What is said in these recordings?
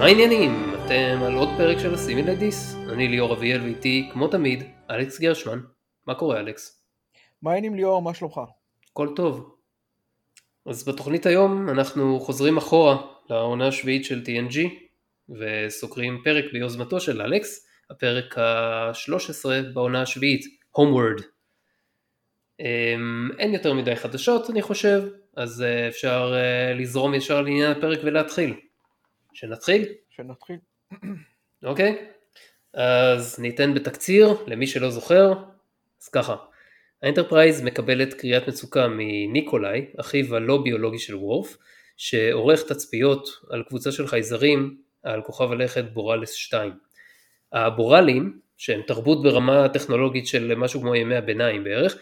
מה העניינים? אתם על עוד פרק של הסימי לדיס? אני ליאור אביאל ואיתי, כמו תמיד, אלכס גרשמן. מה קורה אלכס? מה העניינים ליאור, מה שלומך? הכל טוב. אז בתוכנית היום אנחנו חוזרים אחורה לעונה השביעית של TNG וסוקרים פרק ביוזמתו של אלכס, הפרק ה-13 בעונה השביעית, Homeward. אין יותר מדי חדשות אני חושב, אז אפשר לזרום ישר לעניין הפרק ולהתחיל. שנתחיל? שנתחיל. אוקיי, אז ניתן בתקציר למי שלא זוכר. אז ככה, האנטרפרייז מקבלת קריאת מצוקה מניקולאי, אחיו הלא ביולוגי של וורף, שעורך תצפיות על קבוצה של חייזרים על כוכב הלכת בוראלס 2. הבוראלים, שהם תרבות ברמה טכנולוגית של משהו כמו ימי הביניים בערך,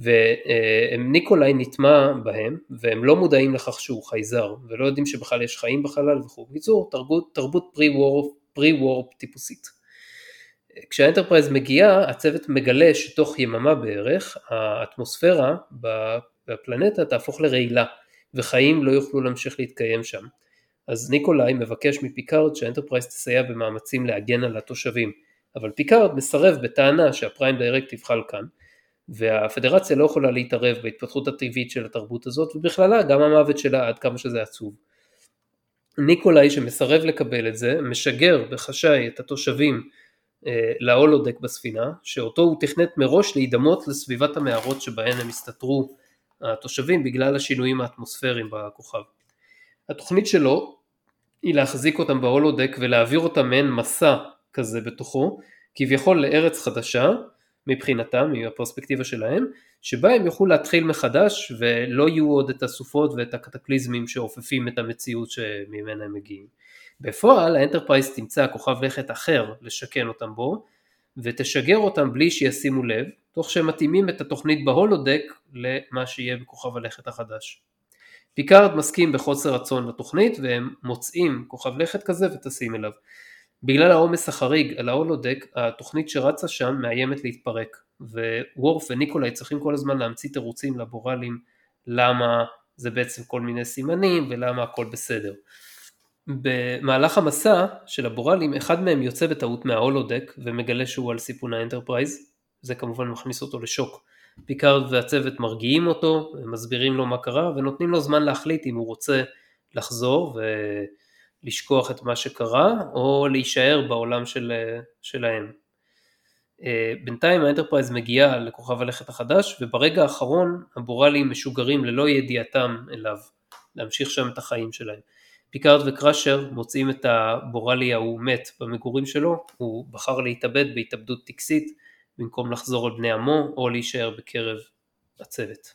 וניקולאי נטמע בהם, והם לא מודעים לכך שהוא חייזר, ולא יודעים שבכלל יש חיים בחלל וכו'. בקיצור, תרבות פרי-וורפ טיפוסית. כשהאנטרפרייז מגיעה, הצוות מגלה שתוך יממה בערך, האטמוספירה בפלנטה תהפוך לרעילה, וחיים לא יוכלו להמשיך להתקיים שם. אז ניקולאי מבקש מפיקארד שהאנטרפרייז תסייע במאמצים להגן על התושבים, אבל פיקארד מסרב בטענה שהפריים דיירקטיב חל כאן, והפדרציה לא יכולה להתערב בהתפתחות הטבעית של התרבות הזאת, ובכללה גם המוות שלה עד כמה שזה עצוב. ניקולאי שמסרב לקבל את זה, משגר בחשאי את התושבים להולודק בספינה, שאותו הוא תכנת מראש להידמות לסביבת המערות שבהן הם הסתתרו התושבים בגלל השינויים האטמוספריים בכוכב. התוכנית שלו היא להחזיק אותם בהולודק ולהעביר אותם מעין מסע כזה בתוכו, כביכול לארץ חדשה מבחינתם, מהפרספקטיבה שלהם, שבה הם יוכלו להתחיל מחדש ולא יהיו עוד את הסופות ואת הקטקליזמים שאופפים את המציאות שממנה הם מגיעים. בפועל האנטרפרייז תמצא כוכב לכת אחר לשכן אותם בו, ותשגר אותם בלי שישימו לב, תוך שהם מתאימים את התוכנית בהולודק למה שיהיה בכוכב הלכת החדש. פיקארד מסכים בחוסר רצון לתוכנית, והם מוצאים כוכב לכת כזה וטסים אליו. בגלל העומס החריג על ההולודק, התוכנית שרצה שם מאיימת להתפרק, ווורף וניקולאי צריכים כל הזמן להמציא תירוצים לבוראלים, למה זה בעצם כל מיני סימנים, ולמה הכל בסדר. במהלך המסע של הבוראלים, אחד מהם יוצא בטעות מההולודק, ומגלה שהוא על סיפון האנטרפרייז, זה כמובן מכניס אותו לשוק. פיקארד והצוות מרגיעים אותו, מסבירים לו מה קרה, ונותנים לו זמן להחליט אם הוא רוצה לחזור ולשכוח את מה שקרה, או להישאר בעולם שלהם. בינתיים האנטרפרייז מגיעה לכוכב הלכת החדש, וברגע האחרון הבוראלים משוגרים ללא ידיעתם אליו, להמשיך שם את החיים שלהם. פיקארד וקראשר מוצאים את הבוראלי ההוא מת במגורים שלו, הוא בחר להתאבד בהתאבדות טקסית, במקום לחזור על בני עמו או להישאר בקרב הצוות.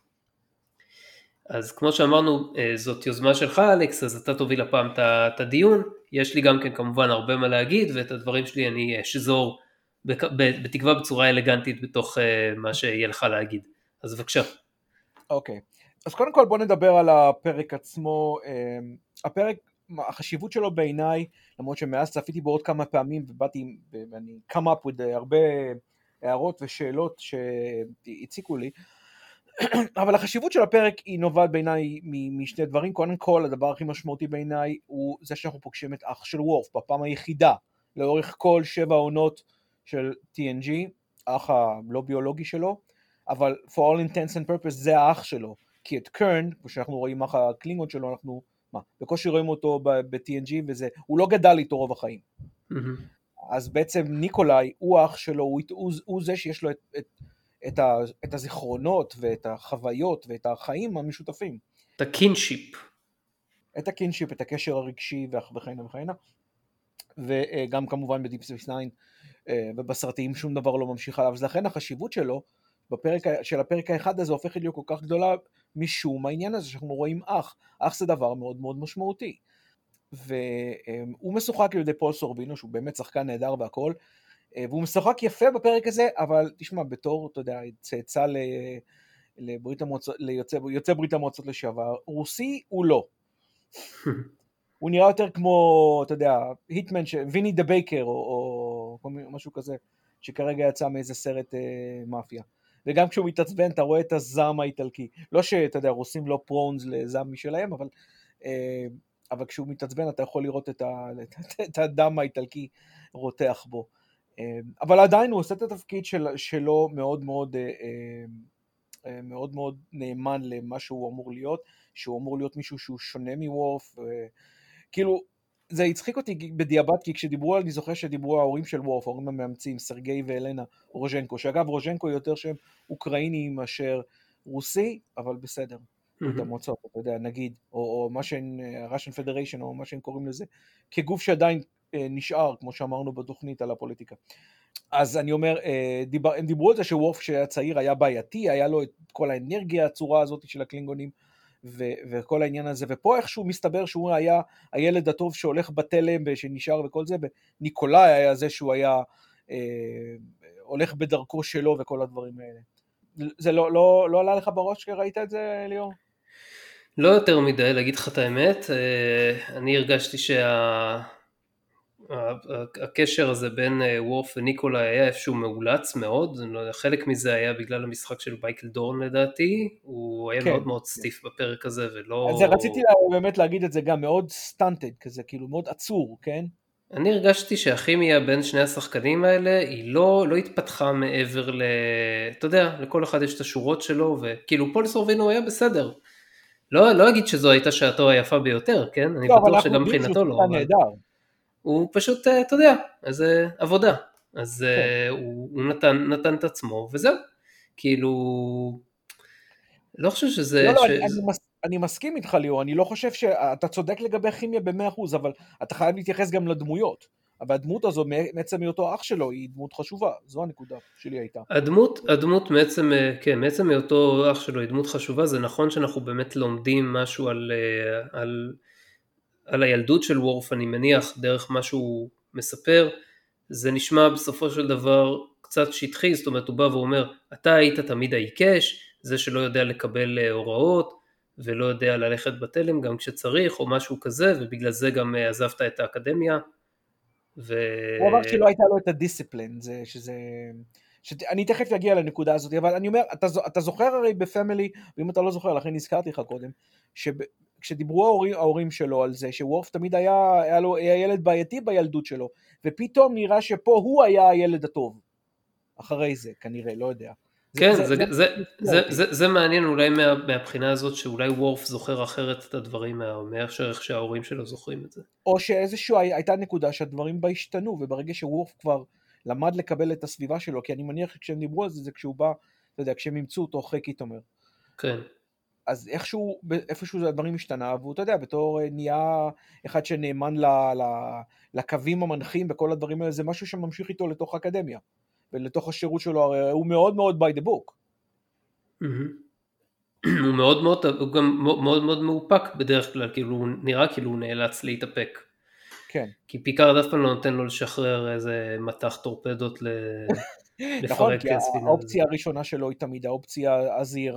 אז כמו שאמרנו, זאת יוזמה שלך אלכס, אז אתה תוביל הפעם את הדיון, יש לי גם כן כמובן הרבה מה להגיד, ואת הדברים שלי אני אשזור בתקווה בצורה אלגנטית בתוך מה שיהיה לך להגיד. אז בבקשה. אוקיי, אז קודם כל בוא נדבר על הפרק עצמו. הפרק, החשיבות שלו בעיניי, למרות שמאז צפיתי בו עוד כמה פעמים, ובאתי ואני come up with הרבה הערות ושאלות שהציקו לי, אבל החשיבות של הפרק היא נובעת בעיניי משני דברים. קודם כל, הדבר הכי משמעותי בעיניי הוא זה שאנחנו פוגשים את אח של וורף, בפעם היחידה, לאורך כל 7 העונות של TNG, אח הלא ביולוגי שלו, אבל for all intents and purposes זה האח שלו, כי את קרן, כשאנחנו רואים אח הקלינגון שלו, אנחנו בקושי רואים אותו ב-TNG, וזה, הוא לא גדל איתו רוב החיים. אז בעצם ניקולאי הוא האח שלו, הוא זה שיש לו את הזיכרונות ואת החוויות ואת החיים המשותפים. את הקינשיפ. את הקינשיפ, את הקשר הרגשי וכהנה וכהנה. וגם כמובן בדיפ ספייס 9 ובסרטים שום דבר לא ממשיך עליו. אז לכן החשיבות שלו של הפרק האחד הזה הופכת להיות כל כך גדולה משום העניין הזה שאנחנו רואים אח זה דבר מאוד מאוד משמעותי. והוא משוחק על ידי פול סורבינו, שהוא באמת שחקן נהדר והכל, והוא משחק יפה בפרק הזה, אבל תשמע, בתור, אתה יודע, צאצא ליוצא ברית המועצות לשעבר, רוסי הוא לא. הוא נראה יותר כמו, אתה יודע, היטמן, ויני דה בייקר, או משהו כזה, שכרגע יצא מאיזה סרט מאפיה. וגם כשהוא מתעצבן, אתה רואה את הזעם האיטלקי. לא שאתה יודע, רוסים לא פרונס לזעם משלהם, אבל אבל כשהוא מתעצבן אתה יכול לראות את הדם האיטלקי רותח בו. אבל עדיין הוא עושה את התפקיד שלו מאוד מאוד, מאוד מאוד נאמן למה שהוא אמור להיות, שהוא אמור להיות מישהו שהוא שונה מוורף, כאילו, זה הצחיק אותי בדיעבד, כי כשדיברו, אני זוכר שדיברו ההורים של וורף, ההורים המאמצים, סרגי ואלנה רוז'נקו, שאגב רוז'נקו יותר שם אוקראיני מאשר רוסי, אבל בסדר, ברית המועצות, אתה יודע, נגיד, או מה שהן, Russian Federation, או מה שהם קוראים לזה, כגוף שעדיין נשאר, כמו שאמרנו בתוכנית על הפוליטיקה. אז אני אומר, הם דיברו על זה שוורף כשהיה צעיר היה בעייתי, היה לו את כל האנרגיה, הצורה הזאת של הקלינגונים, וכל העניין הזה, ופה איכשהו מסתבר שהוא היה הילד הטוב שהולך בתלם ושנשאר וכל זה, וניקולאי היה זה שהוא היה הולך בדרכו שלו וכל הדברים האלה. זה לא עלה לך בראש כשראית את זה, ליאור? לא יותר מדי, להגיד לך את האמת, אני הרגשתי הקשר הזה בין וורף וניקולאי היה איפשהו מאולץ מאוד, חלק מזה היה בגלל המשחק של מייקל דורן לדעתי, הוא היה מאוד מאוד סטיף בפרק הזה ולא... אז רציתי באמת להגיד את זה גם, מאוד סטנטד כזה, כאילו מאוד עצור, כן? אני הרגשתי שהכימיה בין שני השחקנים האלה היא לא התפתחה מעבר אתה יודע, לכל אחד יש את השורות שלו, וכאילו פול סורבינו היה בסדר. לא אגיד שזו הייתה שעתו היפה ביותר, כן? אני בטוח שגם מבחינתו לא, אבל... הוא פשוט, אתה יודע, אז עבודה. אז הוא נתן את עצמו, וזהו. כאילו, לא חושב שזה... לא, אני מסכים איתך ליאור, אני לא חושב שאתה צודק לגבי כימיה ב100%, אבל אתה חייב להתייחס גם לדמויות. אבל הדמות הזו, מעצם היותו אח שלו, היא דמות חשובה, זו הנקודה שלי הייתה. הדמות מעצם היותו אח שלו היא דמות חשובה, זה נכון שאנחנו באמת לומדים משהו על הילדות של וורף, אני מניח, דרך מה שהוא מספר, זה נשמע בסופו של דבר קצת שטחי, זאת אומרת הוא בא ואומר, אתה היית תמיד העיקש, זה שלא יודע לקבל הוראות, ולא יודע ללכת בתלם גם כשצריך, או משהו כזה, ובגלל זה גם עזבת את האקדמיה. הוא אמר שלא הייתה לו את הדיסציפלין, אני תכף אגיע לנקודה הזאת, אבל אני אומר, אתה זוכר הרי בפמילי, ואם אתה לא זוכר, לכן נזכרתי לך קודם, כשדיברו ההורים שלו על זה, שוורף תמיד היה ילד בעייתי בילדות שלו, ופתאום נראה שפה הוא היה הילד הטוב, אחרי זה, כנראה, לא יודע. כן, זה מעניין אולי מהבחינה הזאת, שאולי וורף זוכר אחרת את הדברים מאשר שההורים שלו זוכרים את זה. או שאיזשהו הייתה נקודה שהדברים בה השתנו, וברגע שוורף כבר למד לקבל את הסביבה שלו, כי אני מניח כשהם דיברו על זה, זה כשהוא בא, אתה יודע, כשהם ימצאו אותו אחרי קיטומר. כן. אז איפשהו הדברים השתנה, והוא, אתה יודע, בתור נהיה אחד שנאמן לקווים המנחים וכל הדברים האלה, זה משהו שממשיך איתו לתוך האקדמיה, ולתוך השירות שלו, הרי הוא מאוד מאוד by the book. הוא מאוד מאוד מאופק בדרך כלל, כאילו הוא נראה כאילו הוא נאלץ להתאפק. כן. כי פיקארד אף פעם לא נותן לו לשחרר איזה מטח טורפדות לפרק נכון, כי ספינה. האופציה הראשונה שלו היא תמיד האופציה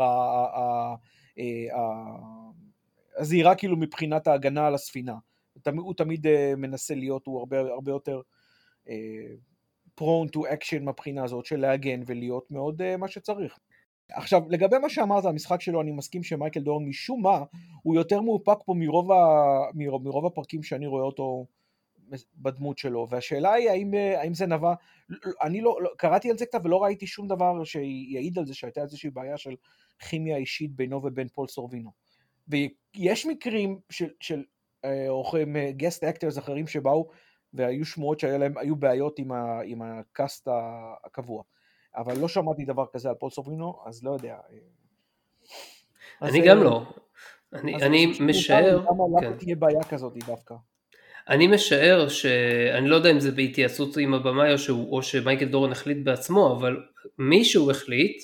הזהירה כאילו מבחינת ההגנה על הספינה. הוא תמיד מנסה להיות, הוא הרבה יותר prone to action מבחינה הזאת של להגן ולהיות מאוד מה שצריך. עכשיו, לגבי מה שאמרת, המשחק שלו, אני מסכים שמייקל דורן משום מה, הוא יותר מאופק פה מרוב הפרקים שאני רואה אותו בדמות שלו, והשאלה היא האם זה נבע, אני לא קראתי על זה קצת ולא ראיתי שום דבר שיעיד על זה שהייתה איזושהי בעיה של כימיה אישית בינו ובין פול סורבינו, ויש מקרים של גסט אקטרס אחרים שבאו והיו שמועות שהיו בעיות עם הקאסט הקבוע, אבל לא שמעתי דבר כזה על פול סורבינו, אז לא יודע. אני גם לא. אני משער... למה תהיה בעיה כזאת דווקא? אני משער שאני לא יודע אם זה בהתייעצות עם הבמאי או שמייקל דורן החליט בעצמו, אבל מישהו החליט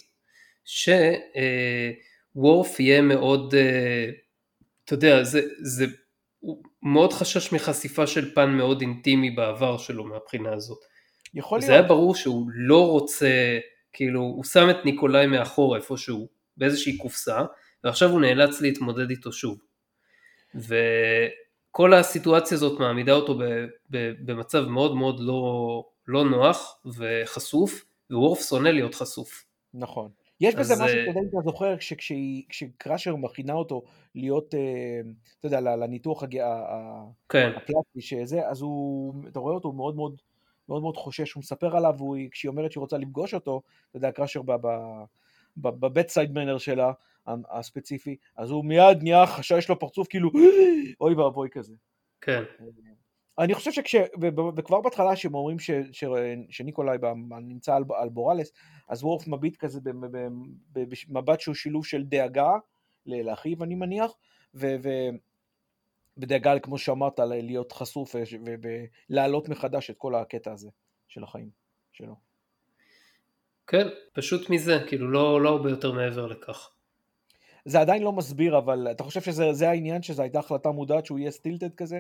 שוורף יהיה מאוד, אתה יודע, הוא מאוד חשש מחשיפה של פן מאוד אינטימי בעבר שלו מהבחינה הזאת. זה היה ברור שהוא לא רוצה, כאילו הוא שם את ניקולאי מאחור איפשהו באיזושהי קופסה, ועכשיו הוא נאלץ להתמודד איתו שוב. וכל הסיטואציה הזאת מעמידה אותו במצב מאוד מאוד לא נוח וחשוף, ווורף שונא להיות חשוף. נכון. יש בזה אז משהו, אתה יודע, אם אתה זוכר, כשקראשר מכינה אותו להיות, אתה יודע, לניתוח כן, הפלסטי שזה, אז אתה רואה אותו מאוד מאוד, מאוד מאוד חושש, הוא מספר עליו, כשהיא אומרת שהיא רוצה לפגוש אותו, אתה יודע, קראשר בבית סייד מנר שלה, הספציפי, אז הוא מיד נהיה חשש לו פרצוף, כאילו, אוי ואבוי כזה. כן, אני חושב וכבר בהתחלה שהם אומרים שניקולאי נמצא על בוראלס, אז וורף מביט כזה במבט שהוא שילוב של דאגה לאחיו, אני מניח, ובדאגה, כמו שאמרת, להיות חשוף ולהעלות מחדש את כל הקטע הזה של החיים שלו. כן, פשוט מזה, כאילו לא הרבה יותר מעבר לכך. זה עדיין לא מסביר, אבל אתה חושב שזה העניין, שזו הייתה החלטה מודעת שהוא יהיה סטילטד כזה?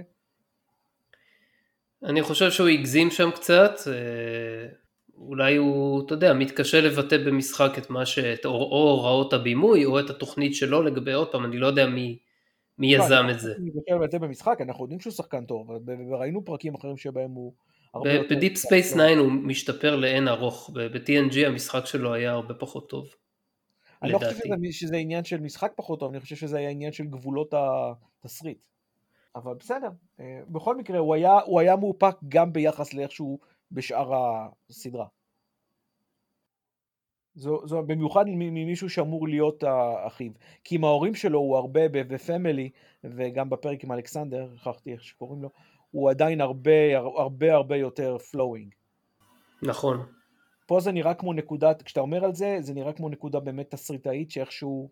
אני חושב שהוא הגזים שם קצת, אולי הוא, אתה יודע, מתקשה לבטא במשחק את מה או הוראות הבימוי, או את התוכנית שלו לגבי, עוד פעם, אני לא יודע מי יזם את זה. אני חושב לבטא במשחק, אנחנו יודעים שהוא שחקן טוב, וראינו פרקים אחרים שבהם הוא הרבה יותר... בדיפ ספייס 9 הוא משתפר לאין ארוך, ב-TNG המשחק שלו היה הרבה פחות טוב, אני לא חושב לדעתי. שזה עניין של משחק פחות טוב, אני חושב שזה היה עניין של גבולות התסריט. אבל בסדר, בכל מקרה הוא היה מאופק גם ביחס לאיכשהו בשאר הסדרה. זו במיוחד ממישהו שאמור להיות אחיו, כי עם ההורים שלו הוא הרבה בפמילי, וגם בפרק עם אלכסנדר, שכחתי איך שקוראים לו, הוא עדיין הרבה יותר פלואינג. נכון. פה זה נראה כמו נקודה, כשאתה אומר על זה, זה נראה כמו נקודה באמת תסריטאית, שאיכשהו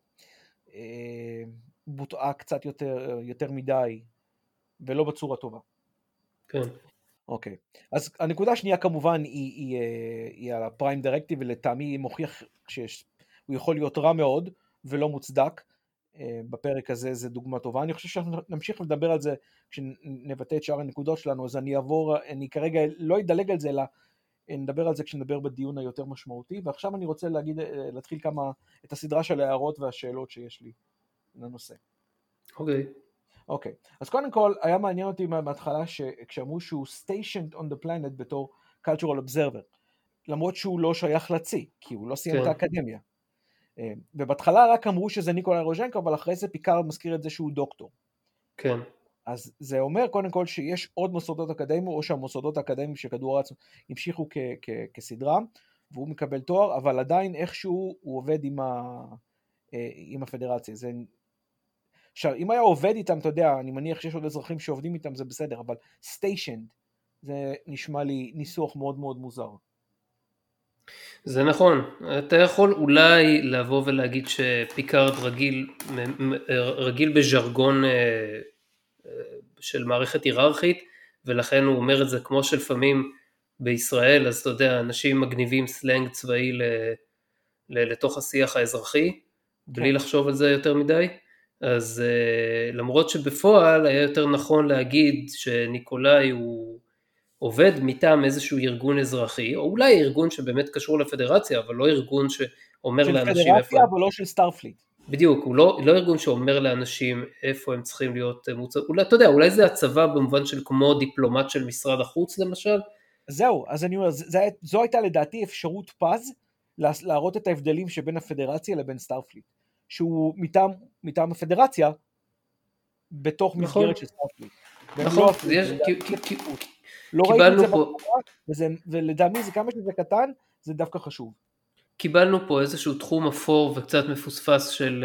בוטעה קצת יותר מדי, ולא בצורה טובה. כן. אוקיי. אז הנקודה השנייה כמובן היא על הפריים דירקטיב, ולטעמי מוכיח שהוא יכול להיות רע מאוד, ולא מוצדק. בפרק הזה זה דוגמה טובה. אני חושב שנמשיך לדבר על זה, כשנבטא את שאר הנקודות שלנו, אז אני כרגע לא אדלג על זה, אלא נדבר על זה כשנדבר בדיון היותר משמעותי, ועכשיו אני רוצה להתחיל את הסדרה של ההערות והשאלות שיש לי לנושא. אוקיי, אז קודם כל היה מעניין אותי מההתחלה כשאמרו שהוא stationed on the planet בתור cultural observer, למרות שהוא לא שייך לצי, כי הוא לא סיים את האקדמיה. ובהתחלה רק אמרו שזה ניקולאי רוז'נקו, אבל אחרי זה פיקארד מזכיר את זה שהוא דוקטור. כן. אז זה אומר קודם כל שיש עוד מוסדות אקדמיים, או שהמוסדות האקדמיים שכדור הארץ המשיכו כסדרה, והוא מקבל תואר, אבל עדיין איכשהו הוא עובד עם הפדרציה. עכשיו, אם היה עובד איתם, אתה יודע, אני מניח שיש עוד אזרחים שעובדים איתם, זה בסדר, אבל stationed, זה נשמע לי ניסוח מאוד מאוד מוזר. זה נכון, אתה יכול אולי לבוא ולהגיד שפיקארד רגיל בז'רגון של מערכת היררכית, ולכן הוא אומר את זה כמו שלפעמים בישראל, אז אתה יודע, אנשים מגניבים סלנג צבאי לתוך השיח האזרחי, בלי לחשוב על זה יותר מדי, אז למרות שבפועל היה יותר נכון להגיד שניקולאי הוא עובד מטעם איזשהו ארגון אזרחי, או אולי ארגון שבאמת קשור לפדרציה, אבל לא ארגון שאומר לאנשים איפה... של פדרציה, אבל לא של סטארפליט. בדיוק, הוא לא ארגון שאומר לאנשים איפה הם צריכים להיות מוצאים, אולי, אתה יודע, אולי זה הצבא במובן של כמו דיפלומט של משרד החוץ למשל. זהו, אז אני אומר, זו הייתה לדעתי אפשרות פז, להראות את ההבדלים שבין הפדרציה לבין סטארפליט, שהוא מטעם הפדרציה, בתוך מסגרת של סטארפליט. נכון, לא ראיתי את זה בתקופה, ולדעמי זה כמה שזה קטן, זה דווקא חשוב. קיבלנו פה איזשהו תחום אפור וקצת מפוספס של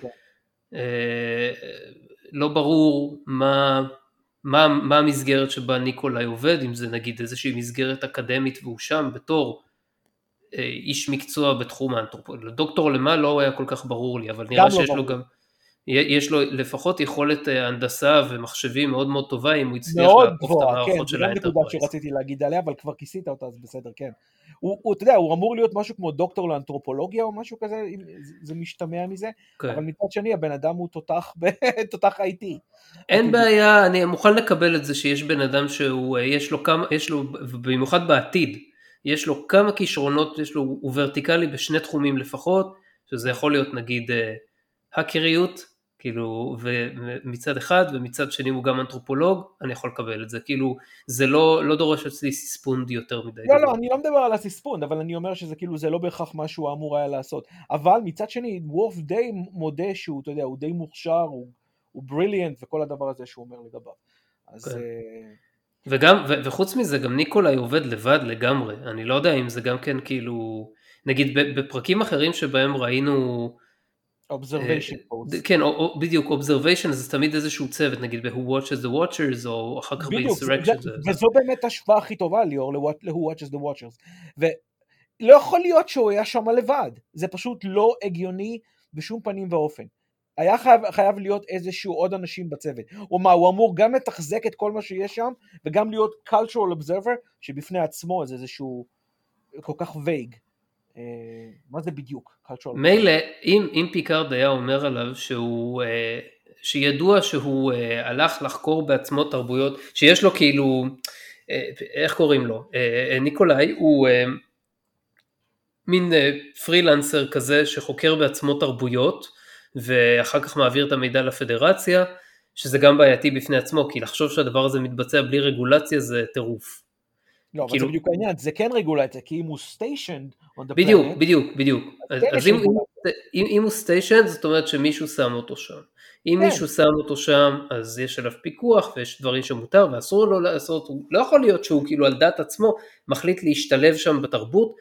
לא ברור מה המסגרת שבה ניקולאי עובד, אם זה נגיד איזושהי מסגרת אקדמית והוא שם בתור איש מקצוע בתחום האנתרופולוגיה. דוקטור למה לא היה כל כך ברור לי, אבל נראה שיש לו גם, יש לו לפחות יכולת הנדסה ומחשבים מאוד מאוד טובה, אם הוא הצליח לעקוף את המערכות של האנטרפרייז. זה גם נקודה שרציתי להגיד עליה, אבל כבר כיסית אותה, אז בסדר, כן. אתה יודע, הוא אמור להיות משהו כמו דוקטור לאנתרופולוגיה או משהו כזה, זה משתמע מזה, אבל מצד שני, הבן אדם הוא תותח IT. אין בעיה, אני מוכן לקבל את זה שיש בן אדם יש לו, במיוחד בעתיד, יש לו כמה כישרונות, הוא ורטיקלי בשני תחומים לפחות, שזה יכול להיות נגיד הקריות, כאילו, ומצד אחד, ומצד שני הוא גם אנתרופולוג, אני יכול לקבל את זה, כאילו, זה לא דורש אצלי סיספונד יותר מדי לא, גדול. לא, אני לא מדבר על הסיספונד, אבל אני אומר שזה כאילו, זה לא בהכרח מה שהוא אמור היה לעשות. אבל מצד שני, וורף די מודה שהוא, אתה יודע, הוא די מוכשר, הוא בריליאנט, וכל הדבר הזה שהוא אומר לגביו. אז... כן. וגם, וחוץ מזה, גם ניקולאי עובד לבד לגמרי, אני לא יודע אם זה גם כן כאילו, נגיד בפרקים אחרים שבהם ראינו, observation post. כן, בדיוק, observation זה תמיד איזשהו צוות, נגיד ב-Who Watches the Watchers, או אחר כך בדיוק, ב-Insurrection. וזו באמת השוואה הכי טובה, ליאור, ל-Who Watches the Watchers. ולא יכול להיות שהוא היה שם לבד, זה פשוט לא הגיוני בשום פנים ואופן. היה חייב להיות איזשהו עוד אנשים בצוות. הוא אמור גם לתחזק את כל מה שיש שם, וגם להיות cultural observer, שבפני עצמו זה איזשהו כל כך וייג. מה זה בדיוק? מילא, אם פיקארד היה אומר עליו שידוע שהוא הלך לחקור בעצמו תרבויות, שיש לו כאילו, איך קוראים לו? ניקולאי הוא מין פרילנסר כזה שחוקר בעצמו תרבויות, ואחר כך מעביר את המידע לפדרציה, שזה גם בעייתי בפני עצמו, כי לחשוב שהדבר הזה מתבצע בלי רגולציה זה טירוף. לא, אבל זה בדיוק העניין, זה כן רגולציה, כי אם הוא stationed on the planet, בדיוק. אז אם הוא stationed, זאת אומרת שמישהו שם אותו שם. אם מישהו שם אותו שם, אז יש עליו פיקוח, ויש דברים שמותר, ואסור לו לעשות, לא יכול להיות שהוא כאילו על דעת עצמו, מחליט להשתלב שם בתרבות,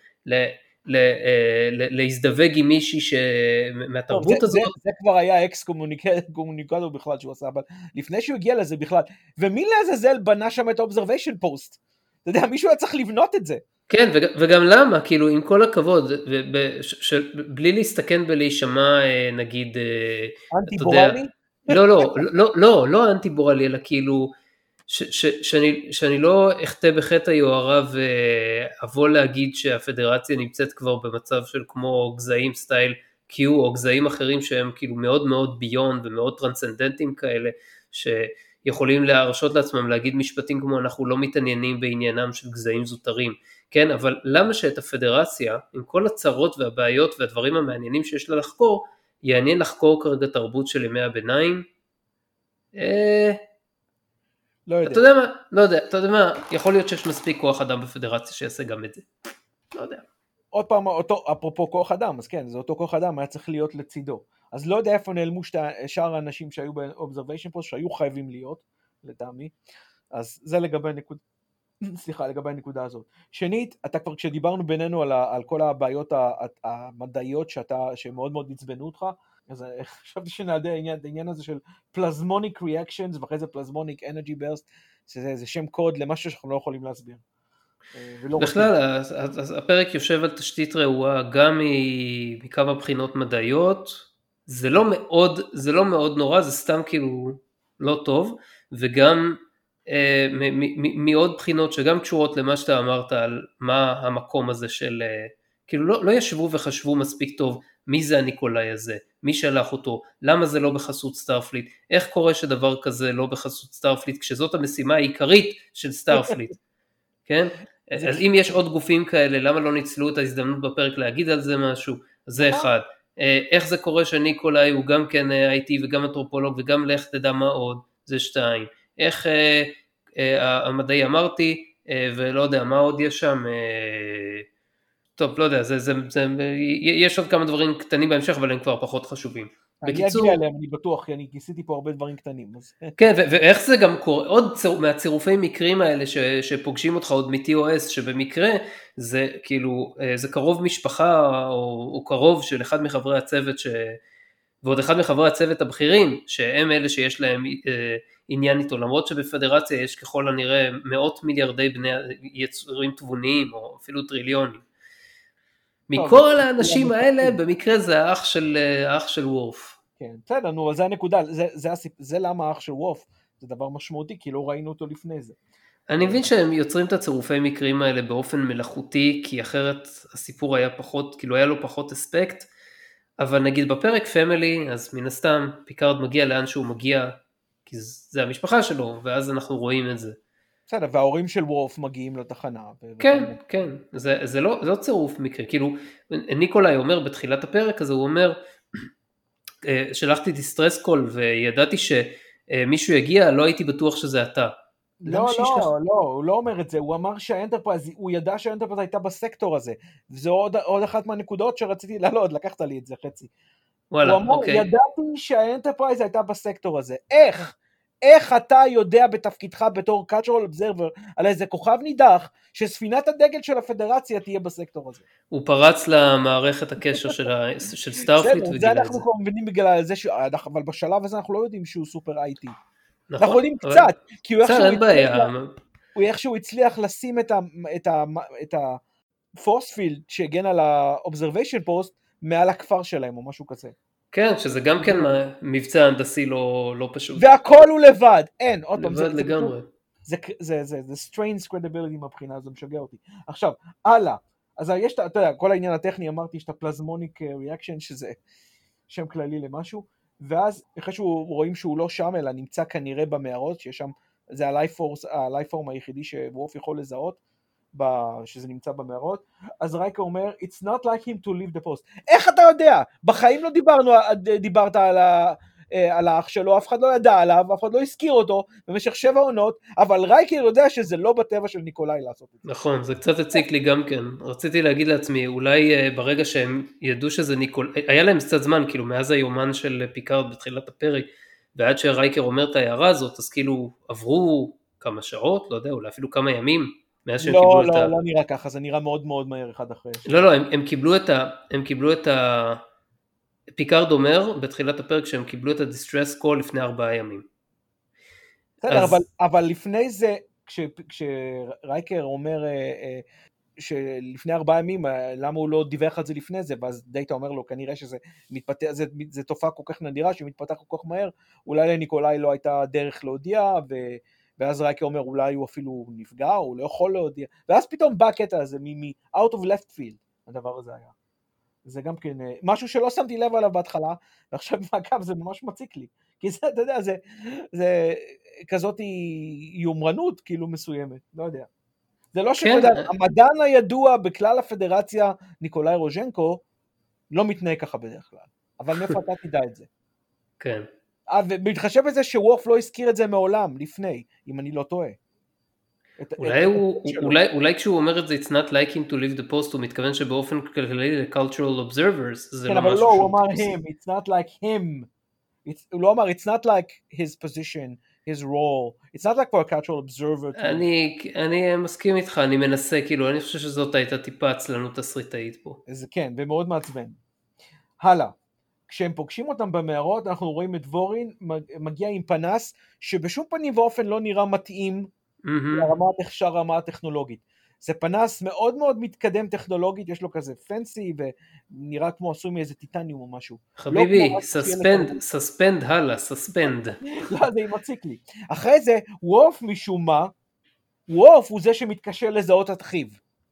להזדווג עם מישהי מהתרבות הזאת. זה כבר היה אקס קומוניקטור בכלל שהוא עשה, אבל לפני שהוא הגיע לזה בכלל, ומי לעזאזל בנה שם את האובזרוויישן פוסט? אתה יודע, מישהו היה צריך לבנות את זה. כן, וגם למה, כאילו, עם כל הכבוד, בלי להסתכן בלהישמע, נגיד, אנטי-בורלי? לא אנטי-בורלי, אלא כאילו, שאני לא אחטא בחטא היוהרה ואבוא להגיד שהפדרציה נמצאת כבר במצב של כמו גזעים סטייל Q או גזעים אחרים שהם כאילו מאוד מאוד ביונד ומאוד טרנסצנדנטים כאלה שיכולים להרשות לעצמם להגיד משפטים כמו אנחנו לא מתעניינים בעניינם של גזעים זוטרים, כן, אבל למה שאת הפדרציה עם כל הצרות והבעיות והדברים המעניינים שיש לה לחקור, יעניין לחקור כרגע תרבות של ימי הביניים? לא יודע. אתה יודע מה, יכול להיות שיש מספיק כוח אדם בפדרציה שיעשה גם את זה. לא יודע. עוד פעם, אפרופו כוח אדם, אז כן, זה אותו כוח אדם, היה צריך להיות לצידו. אז לא יודע איפה נעלמו שאר האנשים שהיו ב-observation post, שהיו חייבים להיות, לטעמי. אז זה לגבי הנקודה הזאת. שנית, אתה כבר כשדיברנו בינינו על כל הבעיות המדעיות שמאוד מאוד נצבנו אותך, אז חשבתי שנעדה העניין הזה של plasmonic reactions, ואחרי זה plasmonic energy burst, שזה שם קוד למשהו שאנחנו לא יכולים להסביר. בכלל, אז הפרק יושב על תשתית רעועה גם מכמה בחינות מדעיות, זה לא מאוד נורא, זה סתם כאילו לא טוב, וגם מעוד בחינות שגם קשורות למה שאתה אמרת על מה המקום הזה של, כאילו לא ישבו וחשבו מספיק טוב מי זה הניקולאי הזה, מי שלח אותו, למה זה לא בחסות סטארפליט, איך קורה שדבר כזה לא בחסות סטארפליט, כשזאת המשימה העיקרית של סטארפליט, כן? אז אם יש עוד גופים כאלה, למה לא ניצלו את ההזדמנות בפרק להגיד על זה משהו? זה אחד. איך זה קורה שניקולאי הוא גם כן IT וגם אנתרופולוג וגם לך תדע מה עוד? זה שתיים. איך המדעי אמרתי, ולא יודע מה עוד יש שם, טוב, לא יודע, יש עוד כמה דברים קטנים בהמשך, אבל הם כבר פחות חשובים. אני אגיע אליהם, אני בטוח, כי אני כיסיתי פה הרבה דברים קטנים. כן, ואיך זה גם קורה, עוד מהצירופי מקרים האלה שפוגשים אותך עוד מ-TOS, שבמקרה זה כאילו, זה קרוב משפחה, או קרוב של אחד מחברי הצוות, ועוד אחד מחברי הצוות הבכירים, שהם אלה שיש להם עניין איתו, למרות שבפדרציה יש ככל הנראה מאות מיליארדי בני יצורים תבוניים, או אפילו טריליונים. מכל האנשים האלה, במקרה זה האח של וורף. כן, בסדר, נו, אז זה הנקודה, זה למה האח של וורף, זה דבר משמעותי, כי לא ראינו אותו לפני זה. אני מבין שהם יוצרים את הצירופי מקרים האלה באופן מלאכותי, כי אחרת הסיפור היה פחות, כאילו היה לו פחות אספקט, אבל נגיד בפרק פמילי, אז מן הסתם פיקארד מגיע לאן שהוא מגיע, כי זה המשפחה שלו, ואז אנחנו רואים את זה. בסדר, וההורים של וורף מגיעים לתחנה. כן, זה לא צירוף מקרה, כאילו ניקולאי אומר בתחילת הפרק הזה, הוא אומר, שלחתי דיסטרס קול וידעתי שמישהו יגיע, לא הייתי בטוח שזה אתה. לא, הוא לא אומר את זה, הוא אמר שהאנטרפרייז, הוא ידע שהאנטרפרייז הייתה בסקטור הזה, וזו עוד אחת מהנקודות שרציתי לעלות, לקחת לי את זה חצי. וואלה, הוא אמר, אוקיי. ידעתי שהאנטרפרייז הייתה בסקטור הזה. איך אתה יודע בתפקידך בתור cultural observer על איזה כוכב נידח שספינת הדגל של הפדרציה תהיה בסקטור הזה? הוא פרץ למערכת הקשר של סטארפליט וגילה את זה. זה אנחנו כבר מבינים בגלל זה, אבל בשלב הזה אנחנו לא יודעים שהוא סופר איי-טי. נכון. אנחנו יודעים קצת, כי הוא איכשהו הצליח לשים את הפורספילד שהגן על האובזרוויישן פוסט מעל הכפר שלהם או משהו כזה. כן, שזה גם כן מבצע הנדסי לא פשוט. והכל הוא לבד, אין, עוד פעם, לבד לגמרי. זה strains credibility מבחינה, זה משגע אותי. עכשיו, הלאה, אז יש, אתה יודע, כל העניין הטכני, אמרתי, יש את הפלזמוניק ריאקשן, שזה שם כללי למשהו, ואז אחרי שהוא רואים שהוא לא שם, אלא נמצא כנראה במערות, שיש שם, זה הלייפורם היחידי שוורף יכול לזהות, שזה נמצא במערות, אז רייקר אומר, it's not like him to leave the post. איך אתה יודע? בחיים לא דיברת על האח שלו, אף אחד לא ידע עליו, אף אחד לא הזכיר אותו במשך 7 עונות, אבל רייקר יודע שזה לא בטבע של ניקולאי לעשות את זה. נכון, זה קצת הציק לי גם כן. רציתי להגיד לעצמי, אולי ברגע שהם ידעו שזה ניקולאי, היה להם קצת זמן, כאילו מאז היומן של פיקארד בתחילת הפרק, ועד שרייקר אומר את ההערה הזאת, אז כאילו עברו כמה שעות, לא יודע, אולי אפילו כמה ימים, מאז שהם קיבלו את ה... לא נראה ככה, זה נראה מאוד מאוד מהר אחד אחרי. לא, הם קיבלו את ה... פיקארד אומר בתחילת הפרק שהם קיבלו את הדיסטרס קול לפני 4 ימים. בסדר, אבל לפני זה, כשרייקר אומר שלפני 4 ימים, למה הוא לא דיווח על זה לפני זה, ואז דאטה אומר לו, כנראה שזה מתפתח, זה תופעה כל כך נדירה, שמתפתח כל כך מהר, אולי לניקולאי לא הייתה דרך להודיע, ואז רייקר אומר, אולי הוא אפילו נפגע, הוא לא יכול להודיע, ואז פתאום בא הקטע הזה, out of left field, הדבר הזה היה. זה גם כן, משהו שלא שמתי לב עליו בהתחלה, ועכשיו אגב זה ממש מציק לי, כי זה, אתה יודע, זה כזאת יומרנות כאילו מסוימת, לא יודע. זה לא שאתה יודע, המדען הידוע בכלל הפדרציה, ניקולאי רוז'נקו, לא מתנהג ככה בדרך כלל, אבל מאיפה אתה תדע את זה? כן. ומתחשב בזה שוורף לא הזכיר את זה מעולם, לפני, אם אני לא טועה. אולי כשהוא אומר את זה, it's not like him to leave the post, הוא מתכוון שבאופן כלכלי ל-cultural observers, זה כן, לא אבל משהו לא, הוא אמר him, it's not like him, הוא לא אמר, it's not like his position, his role, it's not like for a cultural observer. אני מסכים איתך, אני מנסה, כאילו, אני חושב שזאת הייתה טיפה עצלנות תסריטאית פה. זה כן, ומאוד מעצבן. הלאה, כשהם פוגשים אותם במערות, אנחנו רואים את וורין, מגיע עם פנס, שבשום פנים ואופן לא נראה מתאים, לרמה הטכנולוגית. זה פנס מאוד מאוד מתקדם טכנולוגית, יש לו כזה פנסי, ונראה כמו עשוי מאיזה טיטניום או משהו. חביבי, סספנד הלאה, סספנד. לא, זה מציק לי. אחרי זה, וורף משום מה, וורף הוא זה שמתקשר לזהות את אחיו.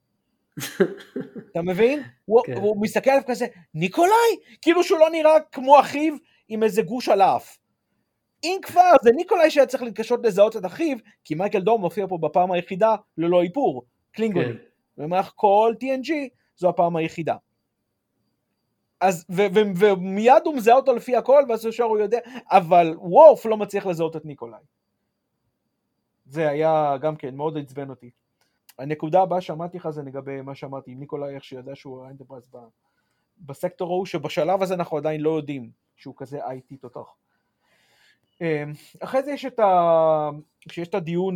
אתה מבין? הוא מסתכל עליו כזה, ניקולאי, כאילו שהוא לא נראה כמו אחיו, עם איזה גוש על האף. אם כבר, זה ניקולאי שהיה צריך להתקשות לזהות את אחיו, כי מייקל דום מופיע פה בפעם היחידה ללא איפור, קלינגוני. במהלך כל TNG, זו הפעם היחידה. אז, ומיד הוא מזהה אותו לפי הכל, ואז ישר הוא יודע, אבל וורף לא מצליח לזהות את ניקולאי. זה היה גם כן, מאוד עצבן אותי. הנקודה הבאה שאמרתי לך זה לגבי מה שאמרתי, עם ניקולאי, איך שידע שהוא האנטרפרייז בסקטור ההוא, שבשלב הזה אנחנו עדיין לא יודעים שהוא כזה IT תותח. אחרי זה כשיש את הדיון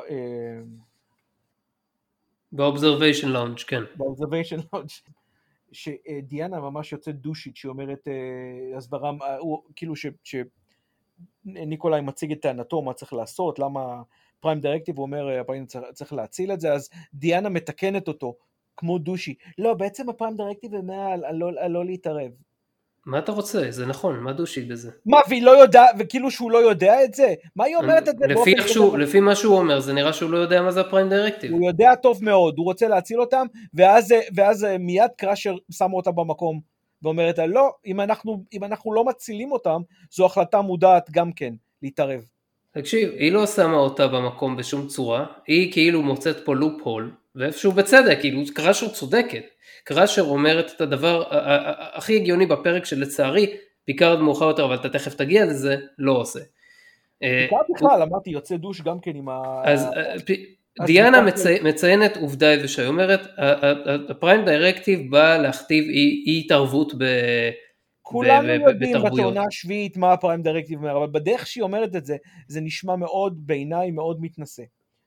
ב-Observation Lounge, כן. ב-Observation Lounge, שדיאנה ממש יוצאת דושית, שהיא אומרת, הסברה, כאילו שניקולאי מציג את טענתו, מה צריך לעשות, למה פריים דירקטיב, הוא אומר, צריך להציל את זה, אז דיאנה מתקנת אותו, כמו דושי. לא, בעצם הפריים דירקטיב אומר לא להתערב. מה אתה רוצה? זה נכון, מה דושי בזה? מה, והיא לא יודעת, וכאילו שהוא לא יודע את זה? מה היא אומרת את זה? לפי מה שהוא אומר, זה נראה שהוא לא יודע מה זה הפריים דירקטיב. הוא יודע טוב מאוד, הוא רוצה להציל אותם, ואז מיד קראשר שמה אותה במקום, ואומרת לה, לא, אם אנחנו לא מצילים אותם, זו החלטה מודעת גם כן, להתערב. תקשיב, היא לא שמה אותה במקום בשום צורה, היא כאילו מוצאת פה לופ הול, ואיפשהו בצדק, כאילו קראשר צודקת, קראשר אומרת את הדבר הכי הגיוני בפרק שלצערי, פיקארד מאוחר יותר, אבל אתה תכף תגיע לזה, לא עושה. פיקארד בכלל, אמרתי, יוצא דוש גם כן עם ה... אז דיאנה מציינת עובדה איזושהי, אומרת, הפריים דירקטיב בא להכתיב אי התערבות כולנו יודעים בתרבויות. בתאונה השביעית מה הפריים דירקטיב אומר, אבל בדרך שהיא אומרת את זה, זה נשמע מאוד, בעיניי מאוד מתנשא.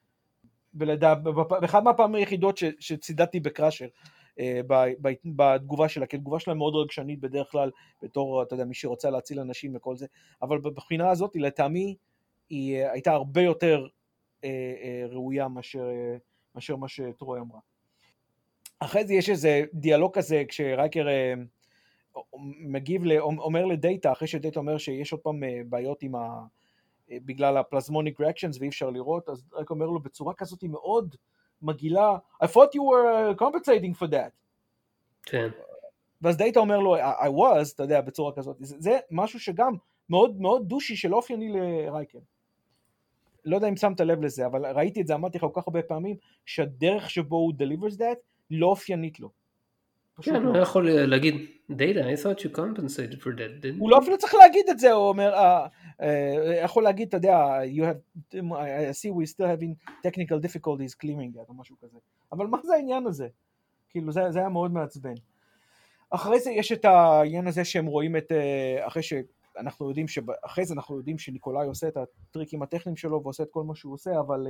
באחד מהפעמים היחידות שצידדתי בקראשר, בתגובה שלה, כי התגובה שלה מאוד רגשנית בדרך כלל, בתור, אתה יודע, מי שרוצה להציל אנשים וכל זה, אבל בבחינה הזאת, לטעמי, היא הייתה הרבה יותר ראויה מאשר מה שטרוי אמרה. אחרי זה יש איזה דיאלוג כזה, כשרייקר מגיב, אומר לדאטה, אחרי שדאטה אומר שיש עוד פעם בעיות עם בגלל הפלזמוניק ריאקשנס ואי אפשר לראות, אז רק אומר לו בצורה כזאת היא מאוד מגעילה, I thought you were compensating for that. כן. ואז דאטה אומר לו, I was, אתה יודע, בצורה כזאת. זה משהו שגם מאוד מאוד דושי שלא אופייני לרייקר. לא יודע אם שמת לב לזה, אבל ראיתי את זה, אמרתי לך כל כך הרבה פעמים, שהדרך שבו הוא delivers that לא אופיינית לו. כן, הוא יכול להגיד, Data, I thought you compensated for that, didn't you? הוא לא אפילו צריך להגיד את זה, הוא אומר, יכול להגיד, אתה יודע, I see we still having technical difficulties clearing that, או משהו כזה. אבל מה זה העניין הזה? כאילו, זה היה מאוד מעצבן. אחרי זה יש את העניין הזה שהם רואים את, אחרי זה אנחנו יודעים שניקולאי עושה את הטריקים הטכניים שלו, ועושה את כל מה שהוא עושה, אבל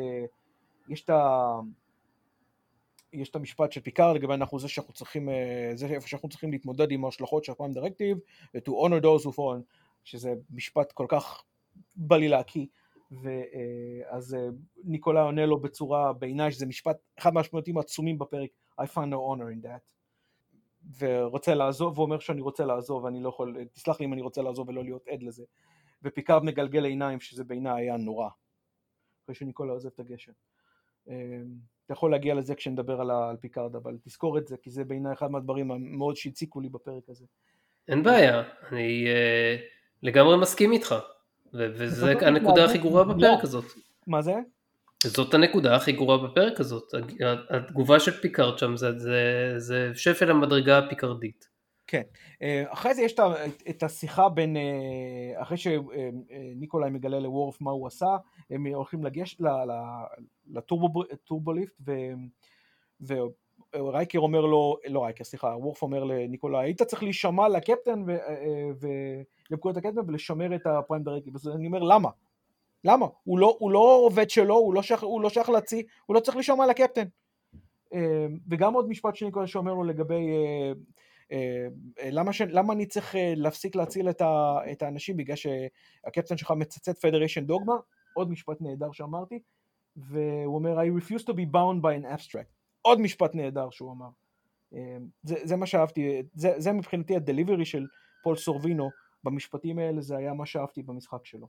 יש את המשפט של פיקארד, לגבי אנחנו זה איפה שאנחנו צריכים להתמודד עם ההשלכות של הפריים דירקטיב, to honor those who fall, שזה משפט כל כך בא לי להקיא, אז ניקולאי עונה לו בצורה, בעיניי שזה משפט, אחד מהמשמעותיים העצומים בפרק, I find no honor in that, ורוצה לעזוב, ואומר שאני רוצה לעזוב, ואני לא יכול, תסלח לי אם אני רוצה לעזוב ולא להיות עד לזה, ופיקארד מגלגל עיניים, שזה בעיניי היה נורא, אחרי שניקולאי עוזב את הגשר. אתה יכול להגיע לזה כשנדבר על פיקארד, אבל תזכור את זה, כי זה בעיניי אחד מהדברים המאוד שהציקו לי בפרק הזה. אין בעיה, אני לגמרי מסכים איתך, וזה הנקודה הכי גרועה בפרק הזאת. מה זה? זאת הנקודה הכי גרועה בפרק הזאת, התגובה של פיקארד שם, זה שפל המדרגה הפיקארדית. כן, אחרי זה יש את השיחה בין, אחרי שניקולאי מגלה לוורף מה הוא עשה, הם הולכים לגשת לטורבוליפט, ורייקר אומר לו, לא רייקר, סליחה, וורף אומר לניקולאי, היית צריך להישמע לקפטן ולפקוד את הקפטן ולשמר את הפריים דירקטיב. אז אני אומר, למה? למה? הוא לא עובד שלו, הוא לא שייך להציא, הוא לא צריך להישמע לקפטן. וגם עוד משפט שניקולאי שאומר לו לגבי, למה אני צריך להפסיק להציל את האנשים בגלל שהקפטן שלך מצצת פדריישן דוגמה, עוד משפט נהדר שאמרתי, והוא אומר, I refuse to be bound by an abstract, עוד משפט נהדר שהוא אמר, זה מה שאהבתי, זה מבחינתי הדליברי של פול סורבינו, במשפטים האלה זה היה מה שאהבתי במשחק שלו,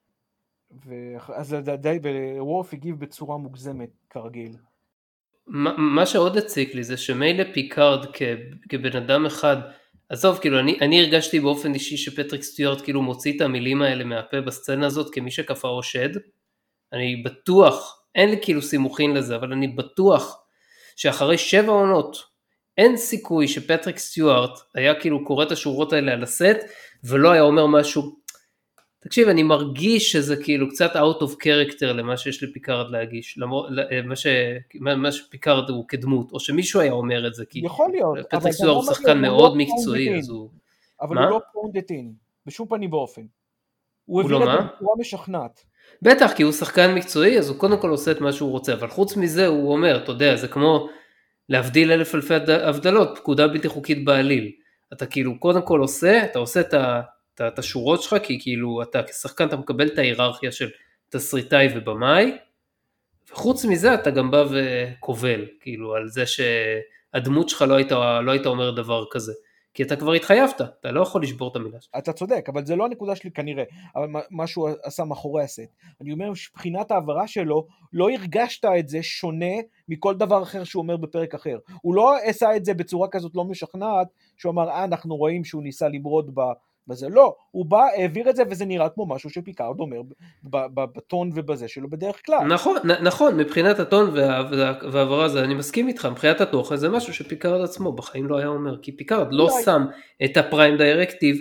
אז וורף הגיב בצורה מוגזמת כרגיל. מה שעוד הציק לי זה שמילא פיקארד כבן אדם אחד, עזוב, כאילו אני הרגשתי באופן אישי שפטריק סטיוארט כאילו מוציא את המילים האלה מהפה בסצנה הזאת כמי שכפה או שד, אני בטוח, אין לי כאילו סימוכין לזה, אבל אני בטוח שאחרי 7 עונות אין סיכוי שפטריק סטיוארט היה כאילו קורא את השורות האלה על הסט ולא היה אומר משהו, תקשיב, אני מרגיש שזה כאילו קצת out of character למה שיש לפיקארד להגיש, מה שפיקארד הוא כדמות, או שמישהו היה אומר את זה, כי פטריק סטיוארט הוא שחקן מאוד מקצועי, אז הוא... אבל הוא לא פונדטין, בשום פנים באופן. הוא הביא את זה בצורה משכנעת. בטח, כי הוא שחקן מקצועי, אז הוא קודם כל עושה את מה שהוא רוצה, אבל חוץ מזה הוא אומר, אתה יודע, זה כמו להבדיל אלף אלפי הבדלות, פקודה בלתי חוקית בעליל. אתה כאילו קודם כל עושה, אתה עושה את השורות שלך, כי כאילו אתה כשחקן אתה מקבל את ההיררכיה של תסריטאי ובמאי, וחוץ מזה אתה גם בא וקובל, כאילו על זה שהדמות שלך לא היית אומר דבר כזה, כי אתה כבר התחייבת, אתה לא יכול לשבור את המילה שלך. אתה צודק, אבל זה לא הנקודה שלי כנראה, אבל מה שהוא עשה מאחורי הסט. אני אומר שבחינת העברה שלו, לא הרגשת את זה שונה מכל דבר אחר שהוא אומר בפרק אחר. הוא לא עשה את זה בצורה כזאת לא משכנעת, שהוא אמר, אנחנו רואים שהוא ניסה לברוד בזה. לא, הוא בא, העביר את זה, וזה נראה כמו משהו שפיקארד אומר בטון ובזה שלו בדרך כלל. נכון, מבחינת הטון והעברה הזה, אני מסכים איתך, מבחינת התוכן, זה משהו שפיקארד עצמו בחיים לא היה אומר, כי פיקארד לא שם את הפריים דירקטיב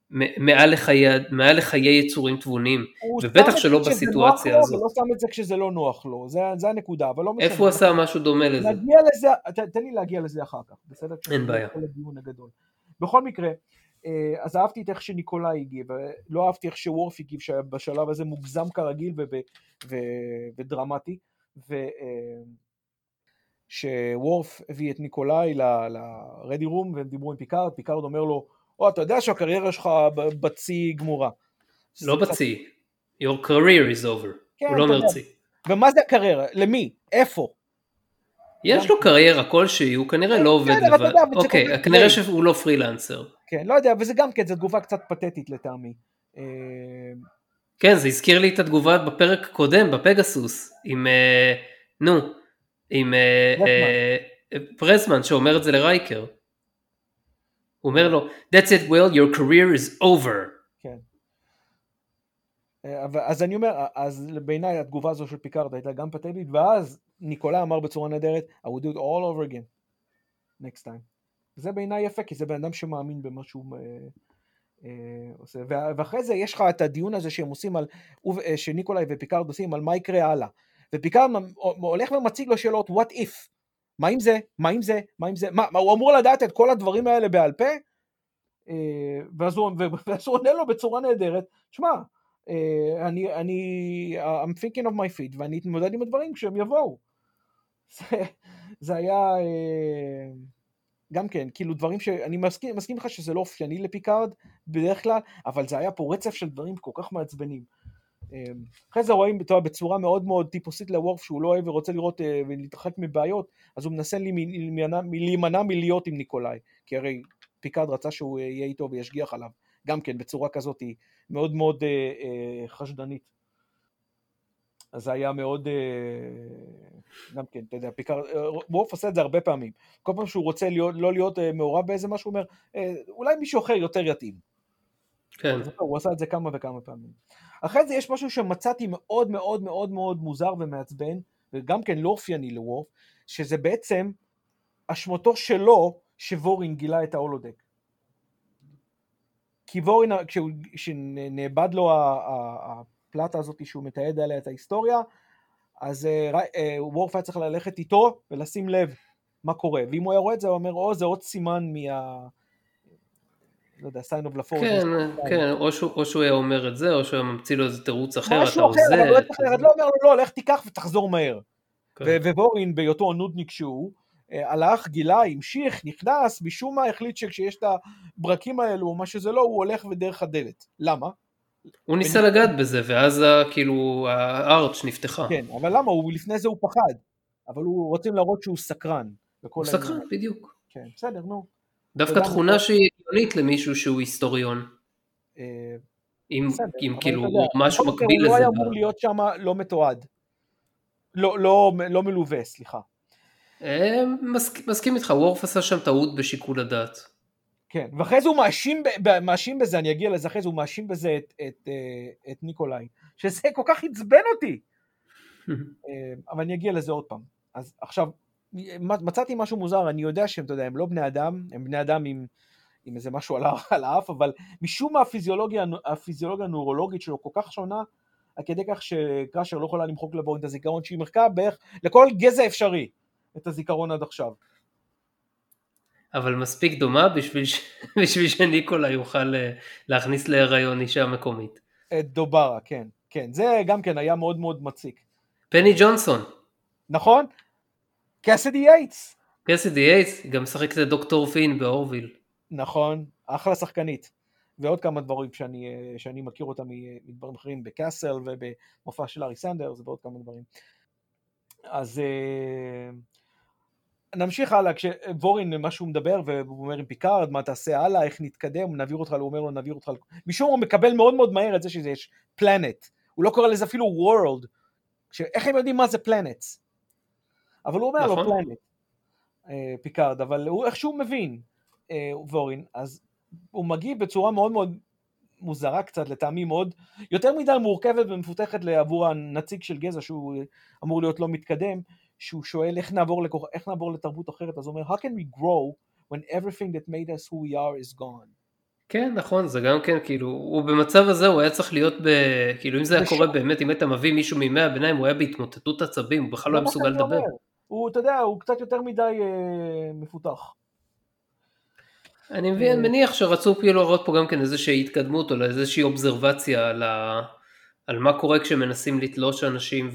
מעל לחיי יצורים תבונים, הוא שם ובטח את שלא זה כשזה נוח בסיטואציה לו, הזאת. ולא שם את זה כשזה לא נוח לו, זה הנקודה, אבל לא משנה. איפה הוא עשה משהו דומה לזה? נגיע לזה, תן לי להגיע לזה אחר כך, בסדר? אין בעיה. כל הדיון הגדול. בכל מקרה, אז אהבתי את איך שניקולאי הגיב, לא אהבתי איך שוורף הגיב, שבשלב הזה מוגזם כרגיל ודרמטי, שוורף הביא את ניקולאי לרדי רום, והם דיברו עם פיקארד, פיקארד אומר לו, אתה יודע שהקריירה שלך בצי גמורה. לא בצי, your career is over, הוא לא אומר צי. ומה זה הקריירה? למי? איפה? יש לו קריירה כלשהי, הוא כנראה לא עובד לבד. אוקיי, כנראה שהוא לא פרילנסר. כן, לא יודע, וזה גם כן, זו תגובה קצת פתטית לטעמי. כן, זה הזכיר לי את התגובה בפרק קודם, בפגסוס, עם פרזמן, שאומר את זה לרייקר. הוא אומר לו, that's it, Will, your career is over. כן. אז אני אומר, אז בעיניי התגובה הזו של פיקארד הייתה גם פתטית, ואז ניקולאי אמר בצורה נהדרת, I would do it all over again, next time. זה בעיניי יפה, כי זה בן אדם שמאמין במה שהוא עושה. ואחרי זה יש לך את הדיון הזה שהם עושים, שניקולאי ופיקארד עושים, על מה יקרה הלאה. ופיקארד הולך ומציג לו שאלות, what if? מה עם זה? מה עם זה? מה עם זה? הוא אמור לדעת את כל הדברים האלה בעל פה? ואז הוא עונה לו בצורה נהדרת, שמע, I'm thinking of my feet, ואני אתמודד עם הדברים כשהם יבואו. זה היה גם כן, כאילו דברים שאני מסכים לך שזה לא אופייני לפיקארד בדרך כלל, אבל זה היה פה רצף של דברים כל כך מעצבנים. אחרי זה רואים בצורה מאוד מאוד טיפוסית לוורף, שהוא לא אוהב ורוצה לראות ולהתרחק מבעיות, אז הוא מנסה להימנע מלהיות עם ניקולאי, כי הרי פיקארד רצה שהוא יהיה איתו וישגיח עליו, גם כן בצורה כזאת היא מאוד מאוד חשדנית. אז זה היה מאוד, גם כן, אתה יודע, וורף עושה את זה הרבה פעמים, כל פעם שהוא רוצה לא להיות מעורב באיזה משהו, הוא אומר, אולי מישהו אחר יותר יתאים. כן. הוא עשה את זה כמה וכמה פעמים. אחרי זה יש משהו שמצאתי מאוד מאוד מאוד מאוד מוזר ומעצבן, וגם כן לא אופייני לוורף, שזה בעצם אשמתו שלו, שוורין גילה את ההולודק. כי וורין, כשנאבד לו הפלטה הזאת שהוא מתעד עליה את ההיסטוריה, אז וורף היה צריך ללכת איתו ולשים לב מה קורה, ואם הוא היה רואה את זה, הוא אומר, זה עוד סימן לא יודע, sign of the forward. כן, כן, או שהוא היה אומר את זה, או שהוא היה ממציא לו איזה תירוץ אחר, משהו אחר, אבל לא אומר לו, לך תיקח ותחזור מהר. ווורין, בהיותו נודניק שהוא, הלך, גילה, המשיך, נכנס, משום מה החליט שכשיש את הברקים האלו, או מה שזה לא, הוא הולך ודרך הדלת. למה? הוא ניסה לגעת בזה, ואז כאילו הארץ' נפתחה. כן, אבל למה? לפני זה הוא פחד, אבל הוא רוצים להראות שהוא סקרן. הוא סקרן, בדיוק. כן, בסדר, נו. דווקא תכונה שהיא עניינית למישהו שהוא היסטוריון. אם כאילו משהו מקביל לזה. הוא היה אמור להיות שם לא מתועד. לא מלווה, סליחה. מסכים איתך, וורף עשה שם טעות בשיקול הדעת. כן, ואחרי זה הוא מאשים בזה, אני אגיע לזה, אחרי זה הוא מאשים בזה את ניקולאי, שזה כל כך עצבן אותי. אבל אני אגיע לזה עוד פעם. אז עכשיו, מצאתי משהו מוזר, אני יודע שהם, אתה יודע, הם לא בני אדם, הם בני אדם עם איזה משהו על האף, אבל משום מה הפיזיולוגיה הנוירולוגית שלו כל כך שונה, עד כדי כך שקראשר לא יכולה למחוק לבורין את הזיכרון, שהיא מחקה בערך לכל גזע אפשרי את הזיכרון עד עכשיו. אבל מספיק דומה בשביל שניקולה יוכל להכניס להיריון אישה מקומית. את דוברה, כן, כן, זה גם כן היה מאוד מאוד מציק. פני ג'ונסון. נכון? קסידי יייטס. קסידי יייטס, גם משחקת את דוקטור פין באורוויל. נכון, אחלה שחקנית. ועוד כמה דברים שאני מכיר אותם מדברים אחרים בקאסל ובמופע של ארי סנדרס ועוד כמה דברים. אז נמשיך הלאה, כשוורין משהו מדבר והוא אומר עם פיקארד, מה תעשה הלאה, איך נתקדם, נעביר אותך, הוא אומר לו נעביר אותך, משום הוא מקבל מאוד מאוד מהר את זה שיש פלנט, הוא לא קורא לזה אפילו world, איך הם יודעים מה זה planets? אבל הוא אומר לו פלנט, פיקארד, אבל הוא איכשהו מבין, וורין, אז הוא מגיב בצורה מאוד מאוד מוזרה קצת, לטעמי מאוד, יותר מדי מורכבת ומפותחת עבור הנציג של גזע, שהוא אמור להיות לא מתקדם, שהוא שואל איך נעבור לתרבות אחרת, אז הוא אומר, how can we grow when everything that made us who we are is gone? כן, נכון, זה גם כן, כאילו, הוא במצב הזה, הוא היה צריך להיות כאילו, אם זה היה קורה בשוק, באמת, אם היית מביא מישהו מימי הביניים, הוא היה בהתמוטטות עצבים, הוא בכלל לא זה היה מה מסוגל שאני לדבר. אומר. הוא, אתה יודע, הוא קצת יותר מדי מפותח. אני מבין, אה, מניח שרצו כאילו לראות פה גם כן איזושהי התקדמות, או איזושהי אובזרבציה על מה קורה כשמנסים לתלוש אנשים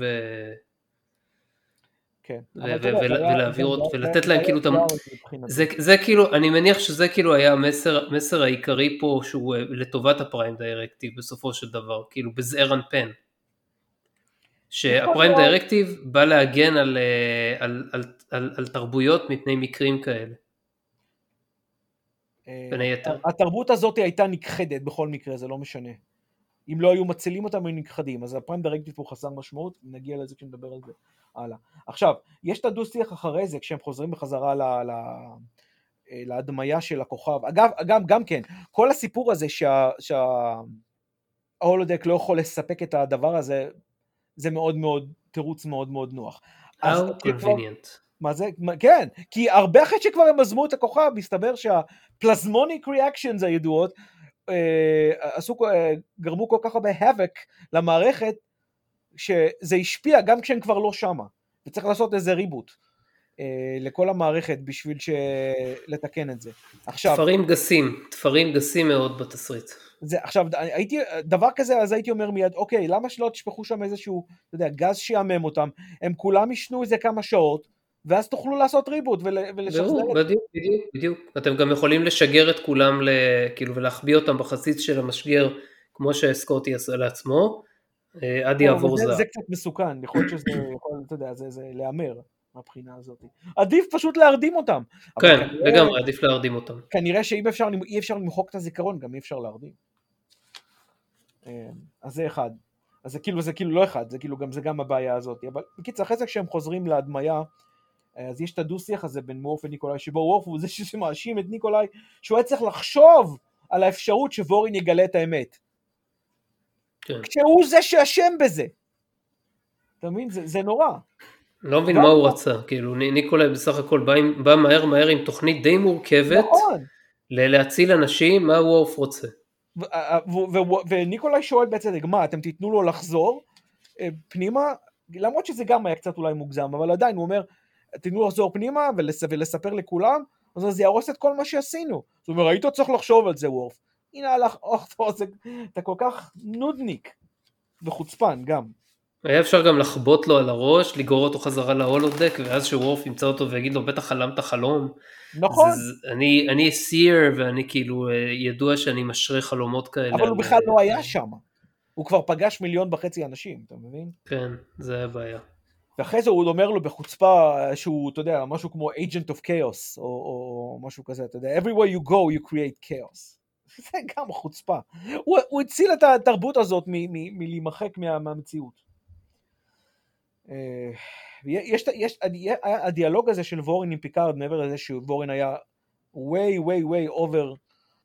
כן, אבל אתה יודע, ולהעביר אותו, ולתת זה להם היה כאילו PR מבחינתי. זה כאילו, אני מניח שזה כאילו היה המסר העיקרי פה, שהוא לטובת הפריים דיירקטיב בסופו של דבר, כאילו בזעיר אנפן. יכול שהפריים להיות. דיירקטיב בא להגן על תרבויות מפני מקרים כאלה, בין היתר. התרבות הזאת הייתה נכחדת בכל מקרה, זה לא משנה. אם לא היו מצילים אותם, היו נכחדים. אז הפריים דירקטיב הוא חסר משמעות, נגיע לזה כשנדבר על זה הלאה. עכשיו, יש את הדו-שיח אחרי זה, כשהם חוזרים בחזרה להדמיה של הכוכב. אגב, גם כן, כל הסיפור הזה שההולודק לא יכול לספק את הדבר הזה, זה מאוד מאוד, תירוץ מאוד מאוד נוח. אז How convenient. מה זה? כן, כי הרבה אחרי שכבר הם עזמו את הכוכב, מסתבר שהפלזמוניק ריאקשנס הידועות, גרמו כל כך הרבה havoc למערכת, שזה השפיע גם כשהם כבר לא שמה, וצריך לעשות איזה ריבוט לכל המערכת בשביל לתקן את זה. עכשיו, תפרים גסים מאוד בתסריט. עכשיו, דבר כזה, אז הייתי אומר מיד, אוקיי, למה שלא תשפכו שם איזשהו, אתה יודע, גז שיאמם אותם, הם כולם ישנו איזה כמה שעות, ואז תוכלו לעשות ריבוט ולשחזר את זה. בדיוק. אתם גם יכולים לשגר את כולם, כאילו, ולהחביא אותם בחזית של המשגר, כמו שסקוטי יעשה לעצמו, עד כן, אבל יעבור זעם. זה קצת מסוכן, יכול להיות שזה יכול, אתה יודע, זה להמר מהבחינה הזאת. עדיף פשוט להרדים אותם, אבל כן, לגמרי, עדיף להרדים אותם. כנראה שאם אי אפשר למחוק את הזיכרון, גם אי אפשר להרדים. אז זה אחד. אז זה כאילו לא אחד, זה גם הבעיה הזאת. אבל בקיצור, אחרי זה כשהם חוזרים להדמיה, אז יש את הדו-שיח הזה בין וורף וניקולאי, שבו וורף הוא זה שמאשים את ניקולאי, שהוא היה צריך לחשוב על האפשרות שוורין יגלה את האמת. כן. כשהוא זה שאשם בזה. אתה מבין? זה נורא. לא מבין מה הוא רצה, כאילו ניקולאי בסך הכל בא מהר עם תוכנית די מורכבת, נכון. להציל אנשים, מה וורף רוצה. וניקולאי שואל בצדק, מה, אתם תיתנו לו לחזור פנימה, למרות שזה גם היה קצת אולי מוגזם, אבל עדיין הוא אומר, תיתנו לו לחזור פנימה ולספר לכולם, אז זה יהרוס את כל מה שעשינו. זאת אומרת, היית צריך לחשוב על זה וורף. הנה הלך, אתה כל כך נודניק וחוצפן גם. היה אפשר גם לחבוט לו על הראש, לגרור אותו חזרה להולודק, ואז שוורף ימצא אותו ויגיד לו, בטח חלמת חלום. נכון. אני סיר, ואני כאילו ידוע שאני משרה חלומות כאלה. אבל הוא בכלל לא היה שם. הוא כבר פגש 1.5 מיליון אנשים, אתה מבין? כן, זה היה בעיה. ואחרי זה הוא אומר לו בחוצפה שהוא, אתה יודע, משהו כמו agent of chaos, או משהו כזה, אתה יודע, everywhere you go you create chaos. זה גם חוצפה. הוא הציל את התרבות הזאת מלהימחק מהמציאות. יש הדיאלוג הזה של וורין עם פיקארד, מעבר לזה שוורין היה way over,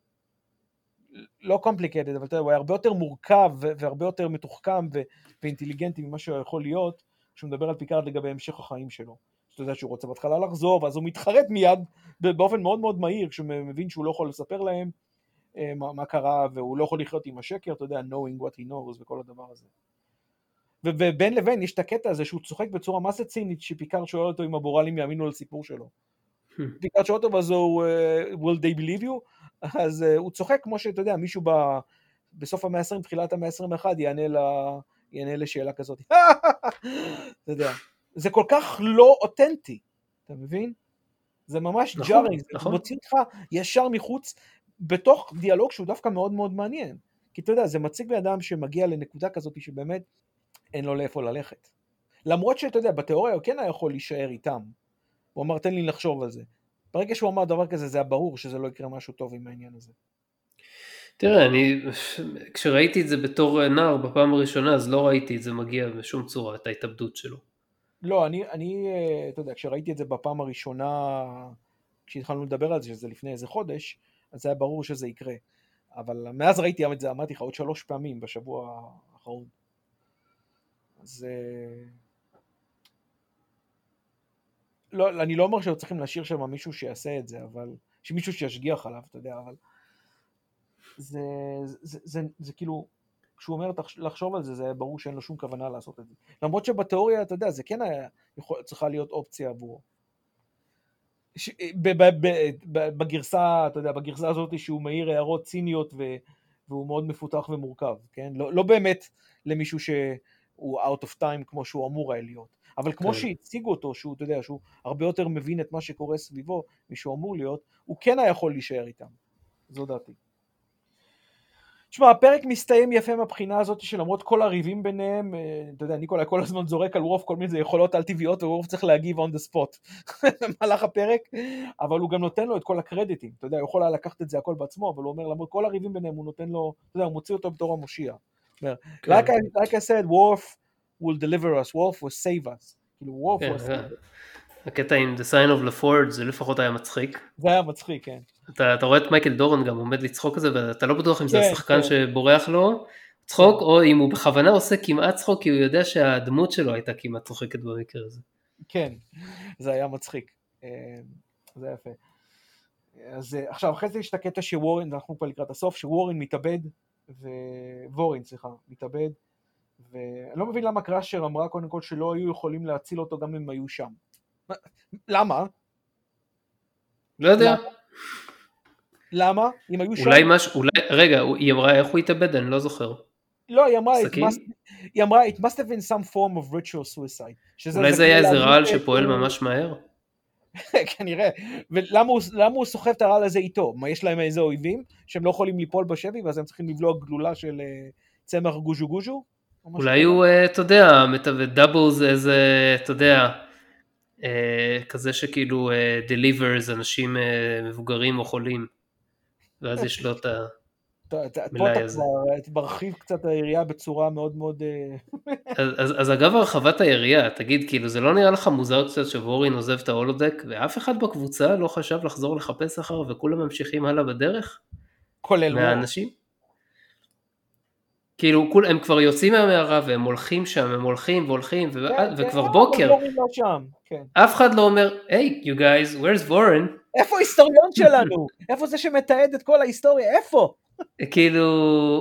לא complicated, אבל הוא היה הרבה יותר מורכב והרבה יותר מתוחכם ואינטליגנטי ממה שהוא יכול להיות, כשהוא מדבר על פיקארד לגבי המשך החיים שלו. אתה יודע שהוא רוצה בהתחלה לחזור, ואז הוא מתחרט מיד באופן מאוד מאוד מהיר, כשהוא מבין שהוא לא יכול לספר להם מה קרה, והוא לא יכול לחיות עם השקר, אתה יודע, knowing what he knows וכל הדבר הזה. ובין לבין יש את הקטע הזה שהוא צוחק בצורה מה זה צינית, שפיקארד שואל אותו אם הבורלים יאמינו לסיפור שלו. פיקארד שואל אותו, אז הוא will they believe you? אז הוא צוחק כמו שאתה יודע, מישהו בסוף המאה ה-20, תחילת המאה ה-21, יענה לשאלה כזאת. אתה יודע, זה כל כך לא אותנטי, אתה מבין? זה ממש ג'ארינג, זה מוציא אותך ישר מחוץ, בתוך דיאלוג שהוא דווקא מאוד מאוד מעניין. כי אתה יודע, זה מציג באדם שמגיע לנקודה כזאת שבאמת אין לו לאיפה ללכת. למרות שאתה יודע, בתיאוריה הוא כן היה יכול להישאר איתם. הוא אמר, תן לי לחשוב על זה. ברגע שהוא אמר דבר כזה, זה היה ברור שזה לא יקרה משהו טוב עם העניין הזה. תראה, כשראיתי את זה בתור נער בפעם הראשונה, אז לא ראיתי את זה מגיע בשום צורה, את ההתאבדות שלו. לא, אתה יודע, כשראיתי את זה בפעם הראשונה, כשהתחלנו לדבר על זה, שזה לפני איזה חודש, אז זה היה ברור שזה יקרה. אבל מאז ראיתי את זה, אמרתי לך, עוד 3 פעמים בשבוע האחרון. אז לא, אני לא אומר שצריכים להשאיר שם מישהו שיעשה את זה, אבל שמישהו שישגיח עליו, אתה יודע, אבל זה כאילו, כשהוא אומר לחשוב על זה, זה ברור שאין לו שום כוונה לעשות את זה. למרות שבתיאוריה, אתה יודע, זה כן היה צריכה להיות אופציה עבורו. בגרסה, אתה יודע, בגרסה הזאת שהוא מאיר הערות ציניות והוא מאוד מפותח ומורכב, כן? לא באמת למישהו שהוא out of time כמו שהוא אמור היה להיות, אבל כמו שהציגו אותו, שהוא, אתה יודע, שהוא הרבה יותר מבין את מה שקורה סביבו משהו אמור להיות, הוא כן היה יכול להישאר איתם. זו דעתי. תשמע, הפרק מסתיים יפה מהבחינה הזאת שלמרות כל הריבים ביניהם, אתה יודע, ניקולאי כל הזמן זורק על וורף כל מיני יכולות על טבעיות, וורף צריך להגיב on the spot במהלך הפרק, אבל הוא גם נותן לו את כל הקרדיטים, אתה יודע, הוא יכול לקחת את זה הכל בעצמו, אבל הוא אומר, למרות כל הריבים ביניהם, הוא נותן לו, אתה יודע, הוא מוציא אותו בתור המושיע. Like I said, Worf will deliver us, Worf will save us. כאילו, Worf will save us. הקטע עם The Sign of LaForge זה לפחות היה מצחיק. זה היה מצחיק, כן. אתה רואה את מייקל דורן גם עומד לצחוק כזה, ואתה לא בטוח אם זה השחקן שבורח לו צחוק, או אם הוא בכוונה עושה כמעט צחוק, כי הוא יודע שהדמות שלו הייתה כמעט צוחקת במקרה הזה. כן, זה היה מצחיק. זה היה יפה. אז עכשיו, אחרי זה יש את הקטע שוורן, אנחנו כבר לקראת הסוף, שוורן מתאבד, וורן, מתאבד, ואני לא מבין למה קראשר אמרה קודם כל שלא היו יכולים להציל אותו גם אם היו שם. למה? לא יודע. למה? אם היו שם... אולי משהו, רגע, היא אמרה איך הוא התאבד, אני לא זוכר. לא, היא אמרה, it must have been some form of ritual suicide. אולי זה היה איזה רעל שפועל ממש מהר? כנראה. ולמה הוא סוחב את הרעל הזה איתו? מה, יש להם איזה אויבים שהם לא יכולים ליפול בשבי, ואז הם צריכים לבלוע גלולה של צמח גוז'ו גוז'ו? אולי הוא, אתה יודע, דאבלס איזה, אתה יודע, כזה שכאילו delivers אנשים מבוגרים או חולים, ואז יש לו את המלאי הזה. אתה מרחיב קצת היריעה בצורה מאוד מאוד... אז אגב הרחבת היריעה, תגיד, כאילו זה לא נראה לך מוזר קצת שוורין עוזב את ההולודק, ואף אחד בקבוצה לא חשב לחזור לחפש אחר, וכולם ממשיכים הלאה בדרך? כולל מהאנשים? כאילו, הם כבר יוצאים מהמערה, והם הולכים שם, הם הולכים והולכים, וכבר בוקר. אף אחד לא אומר, hey, you guys, where's Warren? איפה ההיסטוריון שלנו? איפה זה שמתעד את כל ההיסטוריה? איפה? כאילו,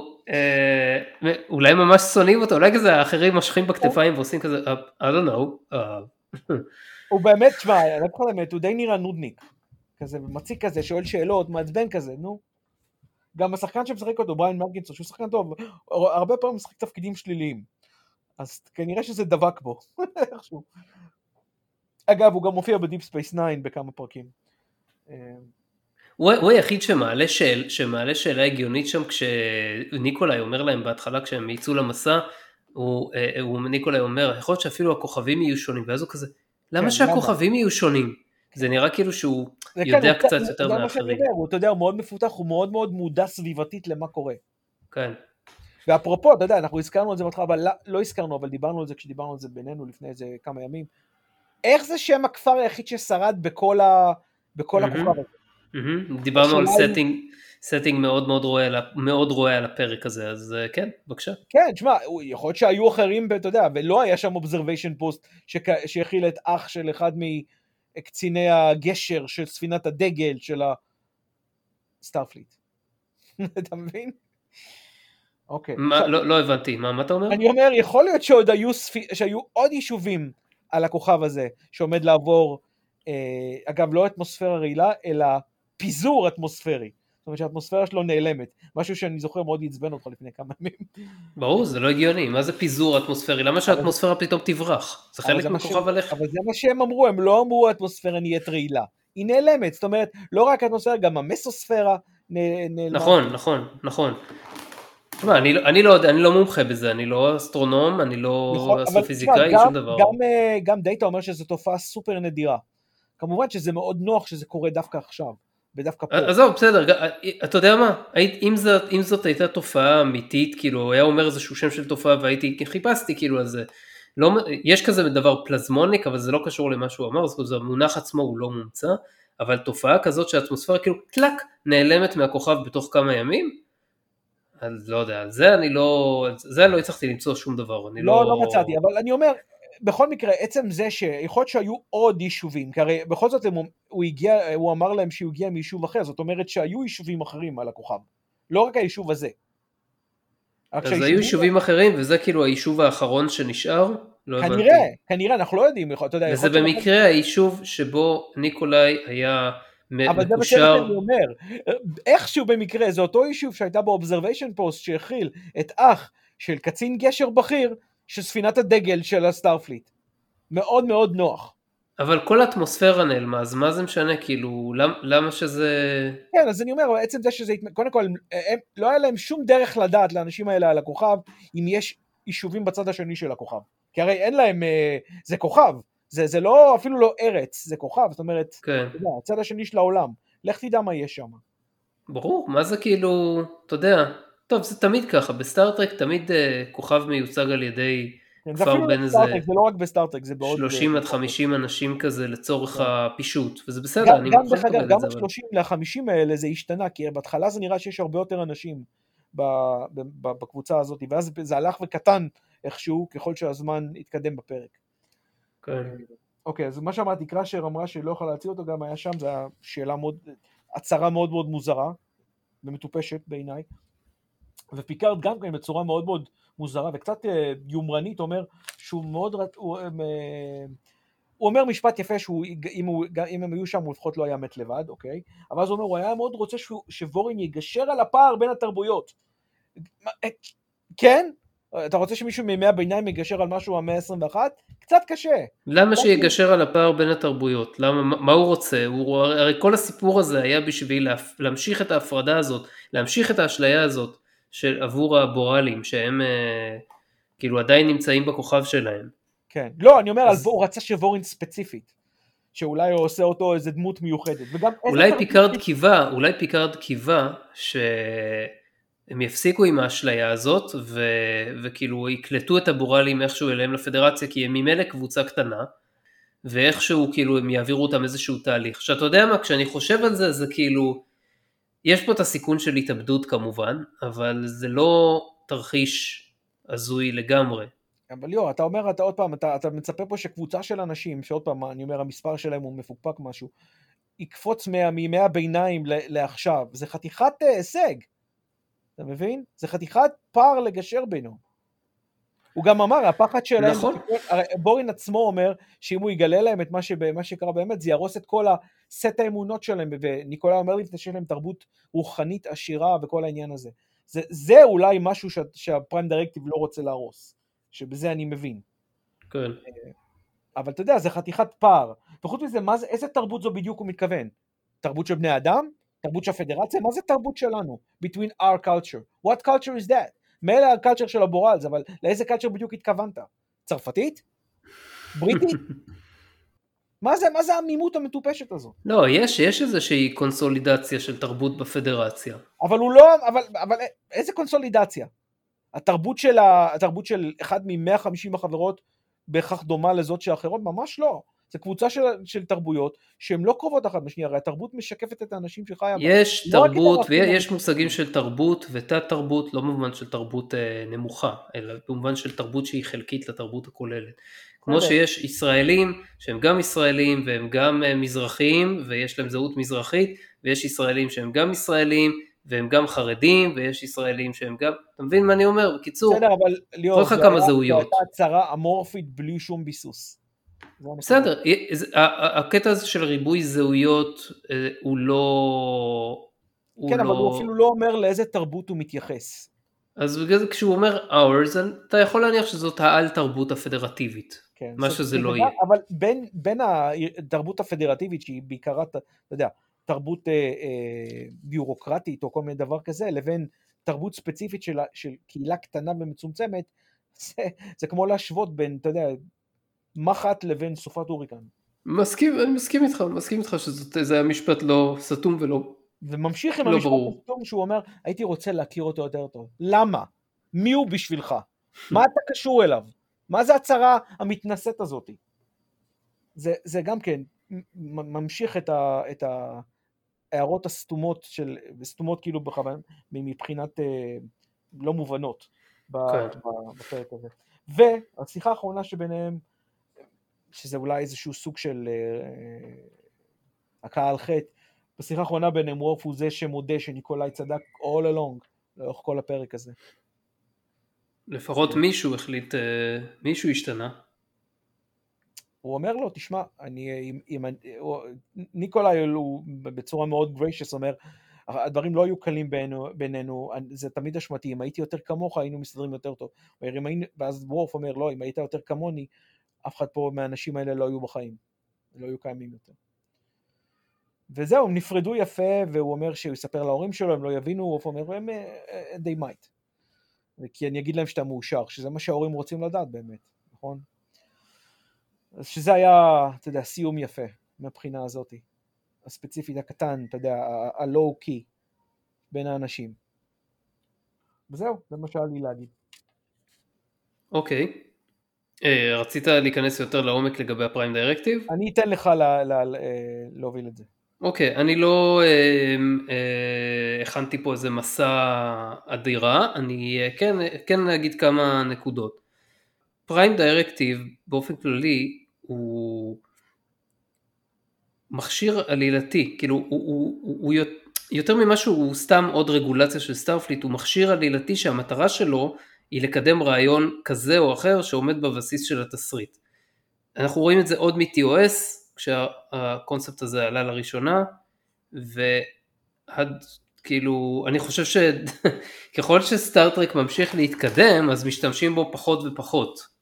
אולי ממש שונאים אותו, אולי כזה האחרים משכים בכתפיים ועושים כזה, I don't know. הוא באמת, תשמע, הוא די נראה נודניק. כזה, מציק כזה, שואל שאלות, מעצבן כזה, נו. גם השחקן שמשחק אותו, בריין מרגינסון, שהוא שחקן טוב, הרבה פעמים משחק תפקידים שליליים. אז כנראה שזה דבק בו. אגב, הוא גם מופיע בדיפ ספייס 9 בכמה פרקים. הוא היחיד שמעלה שאלה הגיונית שם, כשניקולאי אומר להם בהתחלה, כשהם יצאו למסע, ניקולאי אומר, יכול להיות שאפילו הכוכבים יהיו שונים, ואז הוא כזה, למה שהכוכבים יהיו שונים? זה נראה כאילו שהוא יודע קצת יותר מאחרים. הוא, אתה יודע, הוא מאוד מפותח, הוא מאוד מאוד מודע סביבתית למה קורה. כן. ואפרופו, אתה יודע, אנחנו הזכרנו את זה בהתחלה, אבל לא הזכרנו, אבל דיברנו על זה כשדיברנו על זה בינינו לפני איזה כמה ימים. איך זה שם הכפר היחיד ששרד בכל הכוכב הזה? דיברנו על setting מאוד רואה על הפרק הזה, אז כן, בבקשה. כן, תשמע, יכול להיות שהיו אחרים, אתה יודע, ולא היה שם observation post שהכיל את אח של אחד מקציני הגשר של ספינת הדגל של הסטארפליט. אתה מבין? אוקיי. לא הבנתי, מה אתה אומר? אני אומר, יכול להיות שהיו עוד יישובים על הכוכב הזה, שעומד לעבור, אגב, לא אטמוספירה רעילה, אלא פיזור אטמוספרי. זאת אומרת שהאטמוספירה שלו נעלמת. משהו שאני זוכר מאוד יצבן אותך לפני כמה ימים. ברור, זה לא הגיוני. מה זה פיזור אטמוספרי? למה שהאטמוספירה פתאום תברח? זה חלק מכוכב הלכת. אבל זה מה שהם אמרו, הם לא אמרו האטמוספירה נהיית רעילה. היא נעלמת, זאת אומרת, לא רק האטמוספירה, גם המסוספירה נעלמת. נכון. תשמע, אני לא מומחה בזה, אני לא אסטרונום, אני לא אסטרופיזיקאי, שום דבר. גם דאטה אומר שזו תופעה סופר נדירה. כמובן שזה מאוד נוח שזה קורה דווקא עכשיו, ודווקא פה. אז זהו, בסדר, אתה יודע מה? אם זאת הייתה תופעה אמיתית, כאילו, היה אומר איזשהו שם של תופעה, חיפשתי כאילו על זה. יש כזה דבר פלזמוניק, אבל זה לא קשור למה שהוא אמר, זה המונח עצמו הוא לא מומצא, אבל תופעה כזאת שהאטמוספירה כאילו קלק נעלמת מהכוכב בתוך כמה ימים, אז לא יודע, זה לא הצלחתי למצוא שום דבר. לא מצאתי, אבל אני אומר, בכל מקרה, עצם זה שיכול להיות שהיו עוד יישובים, כי הרי בכל זאת הוא אמר להם שהוא הגיע מיישוב אחר, זאת אומרת שהיו יישובים אחרים על הכוכב, לא רק היישוב הזה. אז היו יישובים אחרים, וזה כאילו היישוב האחרון שנשאר? לא הבנתי. כנראה, אנחנו לא יודעים, אתה יודע, וזה במקרה היישוב שבו ניקולאי היה אבל זה מקושר... מה שאני אומר, איכשהו במקרה, זה אותו יישוב שהייתה באובזרוויישן פוסט שהכיל את אח של קצין גשר בכיר של ספינת הדגל של הסטארפליט. מאוד מאוד נוח. אבל כל האטמוספירה נעלמה, אז מה זה משנה? כאילו, למה שזה... כן, אז אני אומר, בעצם זה שזה, קודם כל, לא היה להם שום דרך לדעת לאנשים האלה על הכוכב, אם יש יישובים בצד השני של הכוכב. כי הרי אין להם, זה כוכב, זה לא, אפילו לא ארץ, זה כוכב, זאת אומרת, כן. אתה יודע, הצד השני של העולם, לך תדע מה יש שם. ברור, מה זה כאילו, אתה יודע, טוב, זה תמיד ככה, בסטארטרק תמיד כוכב מיוצג על ידי כפר בין איזה... זה לא רק בסטארטרק, זה בעוד... 30 עד 50 אנשים כזה לצורך הפישוט, וזה בסדר, אני יכול לקבל את זה. גם ה-30 ל-50 האלה זה השתנה, כי בהתחלה זה נראה שיש הרבה יותר אנשים בקבוצה הזאת, ואז זה הלך וקטן איכשהו, ככל שהזמן התקדם בפרק. כן. אוקיי, אז מה שאמרתי, קראשר אמרה שלא יכולה להציע אותו, גם היה שם, זו שאלה מאוד, הצהרה מאוד מאוד מוזרה, ומטופשת בעיניי, ופיקארד גם כן בצורה מאוד מאוד מוזרה, וקצת יומרנית, אומר שהוא מאוד, הוא אומר משפט יפה, אם הם היו שם הוא לפחות לא היה מת לבד, אוקיי? אבל אז הוא אומר, הוא היה מאוד רוצה שוורין יגשר על הפער בין התרבויות. כן? אתה רוצה שמישהו מימי הביניים יגשר על משהו המאה ה-21? קצת קשה. למה שיגשר על הפער בין התרבויות? מה הוא רוצה? הרי כל הסיפור הזה היה בשביל להמשיך את ההפרדה הזאת, להמשיך את האשליה הזאת עבור הבורלים, שהם כאילו עדיין נמצאים בכוכב שלהם. כן. לא, אני אומר, הוא רצה שוורין ספציפית. שאולי הוא עושה אותו איזה דמות מיוחדת. אולי פיקארד קיווה שהם יפסיקו עם האשליה הזאת, וכאילו יקלטו את הבורלים איכשהו אליהם לפדרציה, כי הם ממילא קבוצה קטנה, ואיכשהו כאילו הם יעבירו אותם איזשהו תהליך. שאתה יודע מה, כשאני חושב על זה, זה כאילו, יש פה את הסיכון של התאבדות כמובן, אבל זה לא תרחיש הזוי לגמרי. אבל לא, אתה אומר, אתה עוד פעם, אתה מצפה פה שקבוצה של אנשים, שעוד פעם, אני אומר, המספר שלהם הוא מפוקפק משהו, יקפוץ מימי הביניים לעכשיו, זה חתיכת הישג, אתה מבין? זה חתיכת פער לגשר בינו. הוא גם אמר, הפחד שלהם, נכון. בורין עצמו אומר, שאם הוא יגלה להם את מה שקרה באמת, זה ירוס את כל הסט האמונות שלהם, וניקולאי אומר לי, שיש להם תרבות רוחנית עשירה וכל העניין הזה. זה אולי משהו שהפריים דירקטיב לא רוצה להרוס. שבזה אני מבין. כן. אבל אתה יודע, זה חתיכת פער. וחוץ מזה, איזה תרבות זו בדיוק הוא מתכוון? תרבות של בני אדם? תרבות של הפדרציה? מה זה תרבות שלנו? Between our culture. What culture is that? מאלה הקלצ'ר של הבורלס, אבל לאיזה קלצ'ר בדיוק התכוונת? צרפתית? בריטית? מה זה העמימות המטופשת הזו? לא, יש איזושהי קונסולידציה של תרבות בפדרציה. אבל הוא לא, אבל איזה קונסולידציה? התרבות של אחד מ-150 החברות בהכרח דומה לזאת של האחרות? ממש לא. זו קבוצה של תרבויות שהן לא קרובות אחת בשנייה, הרי התרבות משקפת את האנשים שחיה. יש תרבות ויש מושגים של תרבות ותת תרבות, לא במובן של תרבות נמוכה, אלא במובן של תרבות שהיא חלקית לתרבות הכוללת. כמו שיש ישראלים שהם גם ישראלים והם גם מזרחיים ויש להם זהות מזרחית, ויש ישראלים שהם גם ישראלים והם גם חרדים, ויש ישראלים שהם גם, אתה מבין מה אני אומר? בקיצור, בסדר, אבל ליאור, זו הייתה הצהרה אמורפית בלי שום ביסוס. בסדר, הקטע הזה של ריבוי זהויות הוא לא... כן, אבל הוא אפילו לא אומר לאיזה תרבות הוא מתייחס. אז בגלל זה כשהוא אומר ours, אתה יכול להניח שזאת העל תרבות הפדרטיבית, מה שזה לא יהיה. אבל בין התרבות הפדרטיבית, שהיא בעיקרה, אתה יודע, תרבות ביורוקרטית או כל מיני דבר כזה, לבין תרבות ספציפית של קהילה קטנה ומצומצמת, זה כמו להשוות בין, אתה יודע, מחט לבין סופת הוריקן. אני מסכים איתך שזה היה משפט לא סתום ולא וממשיך עם המשפט הסתום שהוא אומר, הייתי רוצה להכיר אותו יותר טוב. למה? מי הוא בשבילך? מה אתה קשור אליו? מה זה הצהרה המתנשאת הזאת? זה גם כן ממשיך את ההערות הסתומות סתומות כאילו מבחינת לא מובנות בפרק הזה. והשיחה האחרונה שביניהם, שזה אולי איזשהו סוג של הקהל חטא, בשיחה האחרונה ביניהם וורף הוא זה שמודה שניקולאי צדק all along, לאורך כל הפרק הזה. לפחות מישהו החליט, מישהו השתנה. הוא אומר לו, תשמע, ניקולאי הוא בצורה מאוד גריישס אומר, הדברים לא היו קלים בינינו, זה תמיד אשמתי, אם הייתי יותר כמוך היינו מסתדרים יותר טוב. ואז וורף אומר, לא, אם היית יותר כמוני, אף אחד פה מהאנשים האלה לא היו בחיים, לא היו קיימים יותר. וזהו, הם נפרדו יפה, והוא אומר שהוא יספר להורים שלו, הם לא יבינו, וורף אומר, they might. כי אני אגיד להם שאתה מאושר, שזה מה שההורים רוצים לדעת באמת, נכון? אז שזה היה, אתה יודע, סיום יפה, מהבחינה הזאת. הספציפית הקטן, אתה יודע, הלואו-קי, בין האנשים. וזהו, זה מה שהיה לי להגיד. אוקיי. רצית להיכנס יותר לעומק לגבי הפריים דירקטיב? אני אתן לך להוביל את זה. אוקיי, אני לא הכנתי פה איזה מסע אדירה, אני כן אגיד כמה נקודות. פריים דירקטיב באופן כללי הוא מכשיר עלילתי, כאילו הוא יותר ממשהו, הוא סתם עוד רגולציה של סטארפליט, הוא מכשיר עלילתי שהמטרה שלו היא לקדם רעיון כזה או אחר שעומד בבסיס של התסריט. אנחנו רואים את זה עוד מ-TOS, כשהקונספט הזה עלה לראשונה, ועד כאילו, אני חושב שככל שסטארטרק ממשיך להתקדם, אז משתמשים בו פחות ופחות.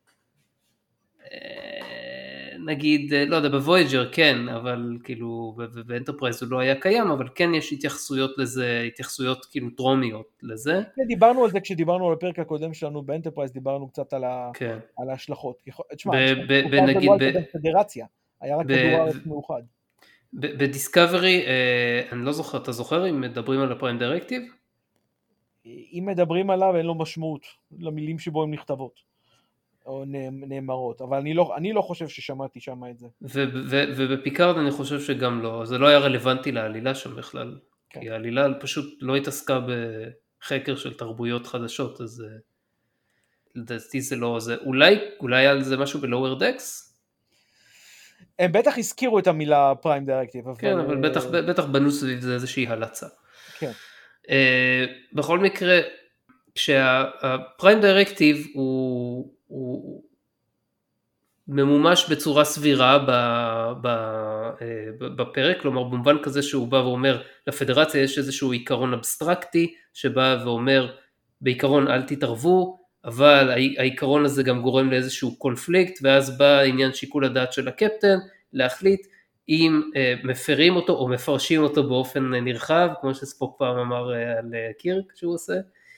נגיד, לא יודע, בוויג'ר כן, אבל כאילו, באנטרפרייז הוא לא היה קיים, אבל כן יש התייחסויות לזה, התייחסויות כאילו טרומיות לזה. דיברנו על זה כשדיברנו על הפרק הקודם שלנו באנטרפרייז, דיברנו קצת על ההשלכות. תשמע, נגיד, פדרציה, היה רק כדור הארץ מאוחד. בדיסקאברי, אני לא זוכר, אתה זוכר אם מדברים על הפריים דירקטיב? אם מדברים עליו אין לו משמעות למילים שבו הן נכתבות. או נאמרות, אבל אני לא חושב ששמעתי שם את זה. ובפיקארד אני חושב שגם לא, זה לא היה רלוונטי לעלילה שם בכלל, כי העלילה פשוט לא התעסקה בחקר של תרבויות חדשות, אז לדעתי זה לא, אולי היה לזה משהו בלואוור דקס? הם בטח הזכירו את המילה פריים דירקטיב, כן, אבל בטח בנו סביב זה איזושהי הלצה. כן. בכל מקרה, כשהפריים דירקטיב הוא ממומש בצורה סבירה בפרק, כלומר במובן כזה שהוא בא ואומר, לפדרציה יש איזשהו עיקרון אבסטרקטי, שבא ואומר, בעיקרון אל תתערבו, אבל העיקרון הזה גם גורם לאיזשהו קונפליקט, ואז בא עניין שיקול הדעת של הקפטן, להחליט אם מפרים אותו או מפרשים אותו באופן נרחב, כמו שספוק פעם אמר על קירק שהוא עושה,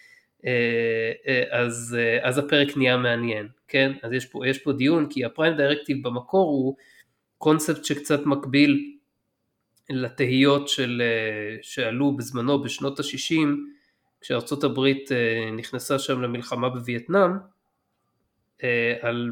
אז הפרק נהיה מעניין, כן? אז יש פה דיון, כי הפריים דירקטיב במקור הוא קונספט שקצת מקביל לתהיות שעלו בזמנו בשנות ה-60, כשארצות הברית נכנסה שם למלחמה בווייטנאם, על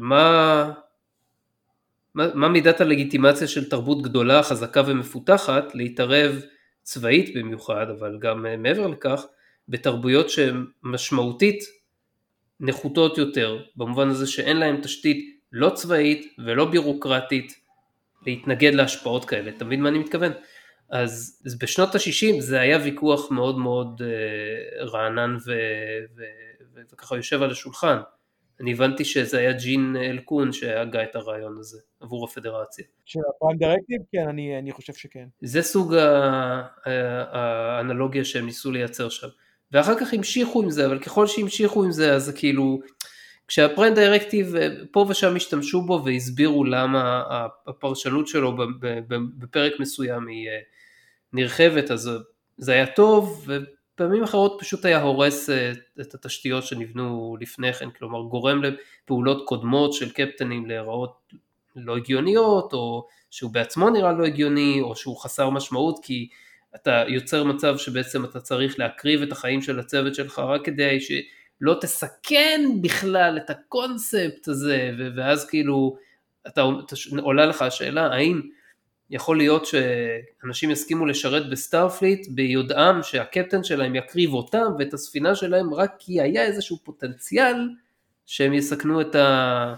מה מידת הלגיטימציה של תרבות גדולה, חזקה ומפותחת, להתערב צבאית במיוחד, אבל גם מעבר לכך, בתרבויות שהן משמעותית נחותות יותר, במובן הזה שאין להן תשתית לא צבאית ולא בירוקרטית להתנגד להשפעות כאלה, אתה מבין מה אני מתכוון? אז בשנות ה-60 זה היה ויכוח מאוד מאוד רענן וככה יושב על השולחן. אני הבנתי שזה היה ג'ין אלקון שהגה את הרעיון הזה עבור הפדרציה. של הפריים דירקטיב? כן, אני חושב שכן. זה סוג האנלוגיה שהם ניסו לייצר שם. ואחר כך המשיכו עם זה, אבל ככל שהמשיכו עם זה, אז כאילו, כשהפריים דירקטיב פה ושם השתמשו בו והסבירו למה הפרשנות שלו בפרק מסוים היא נרחבת, אז זה היה טוב, ופעמים אחרות פשוט היה הורס את התשתיות שנבנו לפני כן, כלומר גורם לפעולות קודמות של קפטנים להיראות לא הגיוניות, או שהוא בעצמו נראה לא הגיוני, או שהוא חסר משמעות, כי אתה יוצר מצב שבעצם אתה צריך להקריב את החיים של הצוות שלך, רק כדי שלא תסכן בכלל את הקונספט הזה, ואז כאילו עולה לך השאלה, האם יכול להיות שאנשים יסכימו לשרת בסטארפליט, ביודעם שהקפטן שלהם יקריב אותם, ואת הספינה שלהם רק כי היה איזשהו פוטנציאל, שהם יסכנו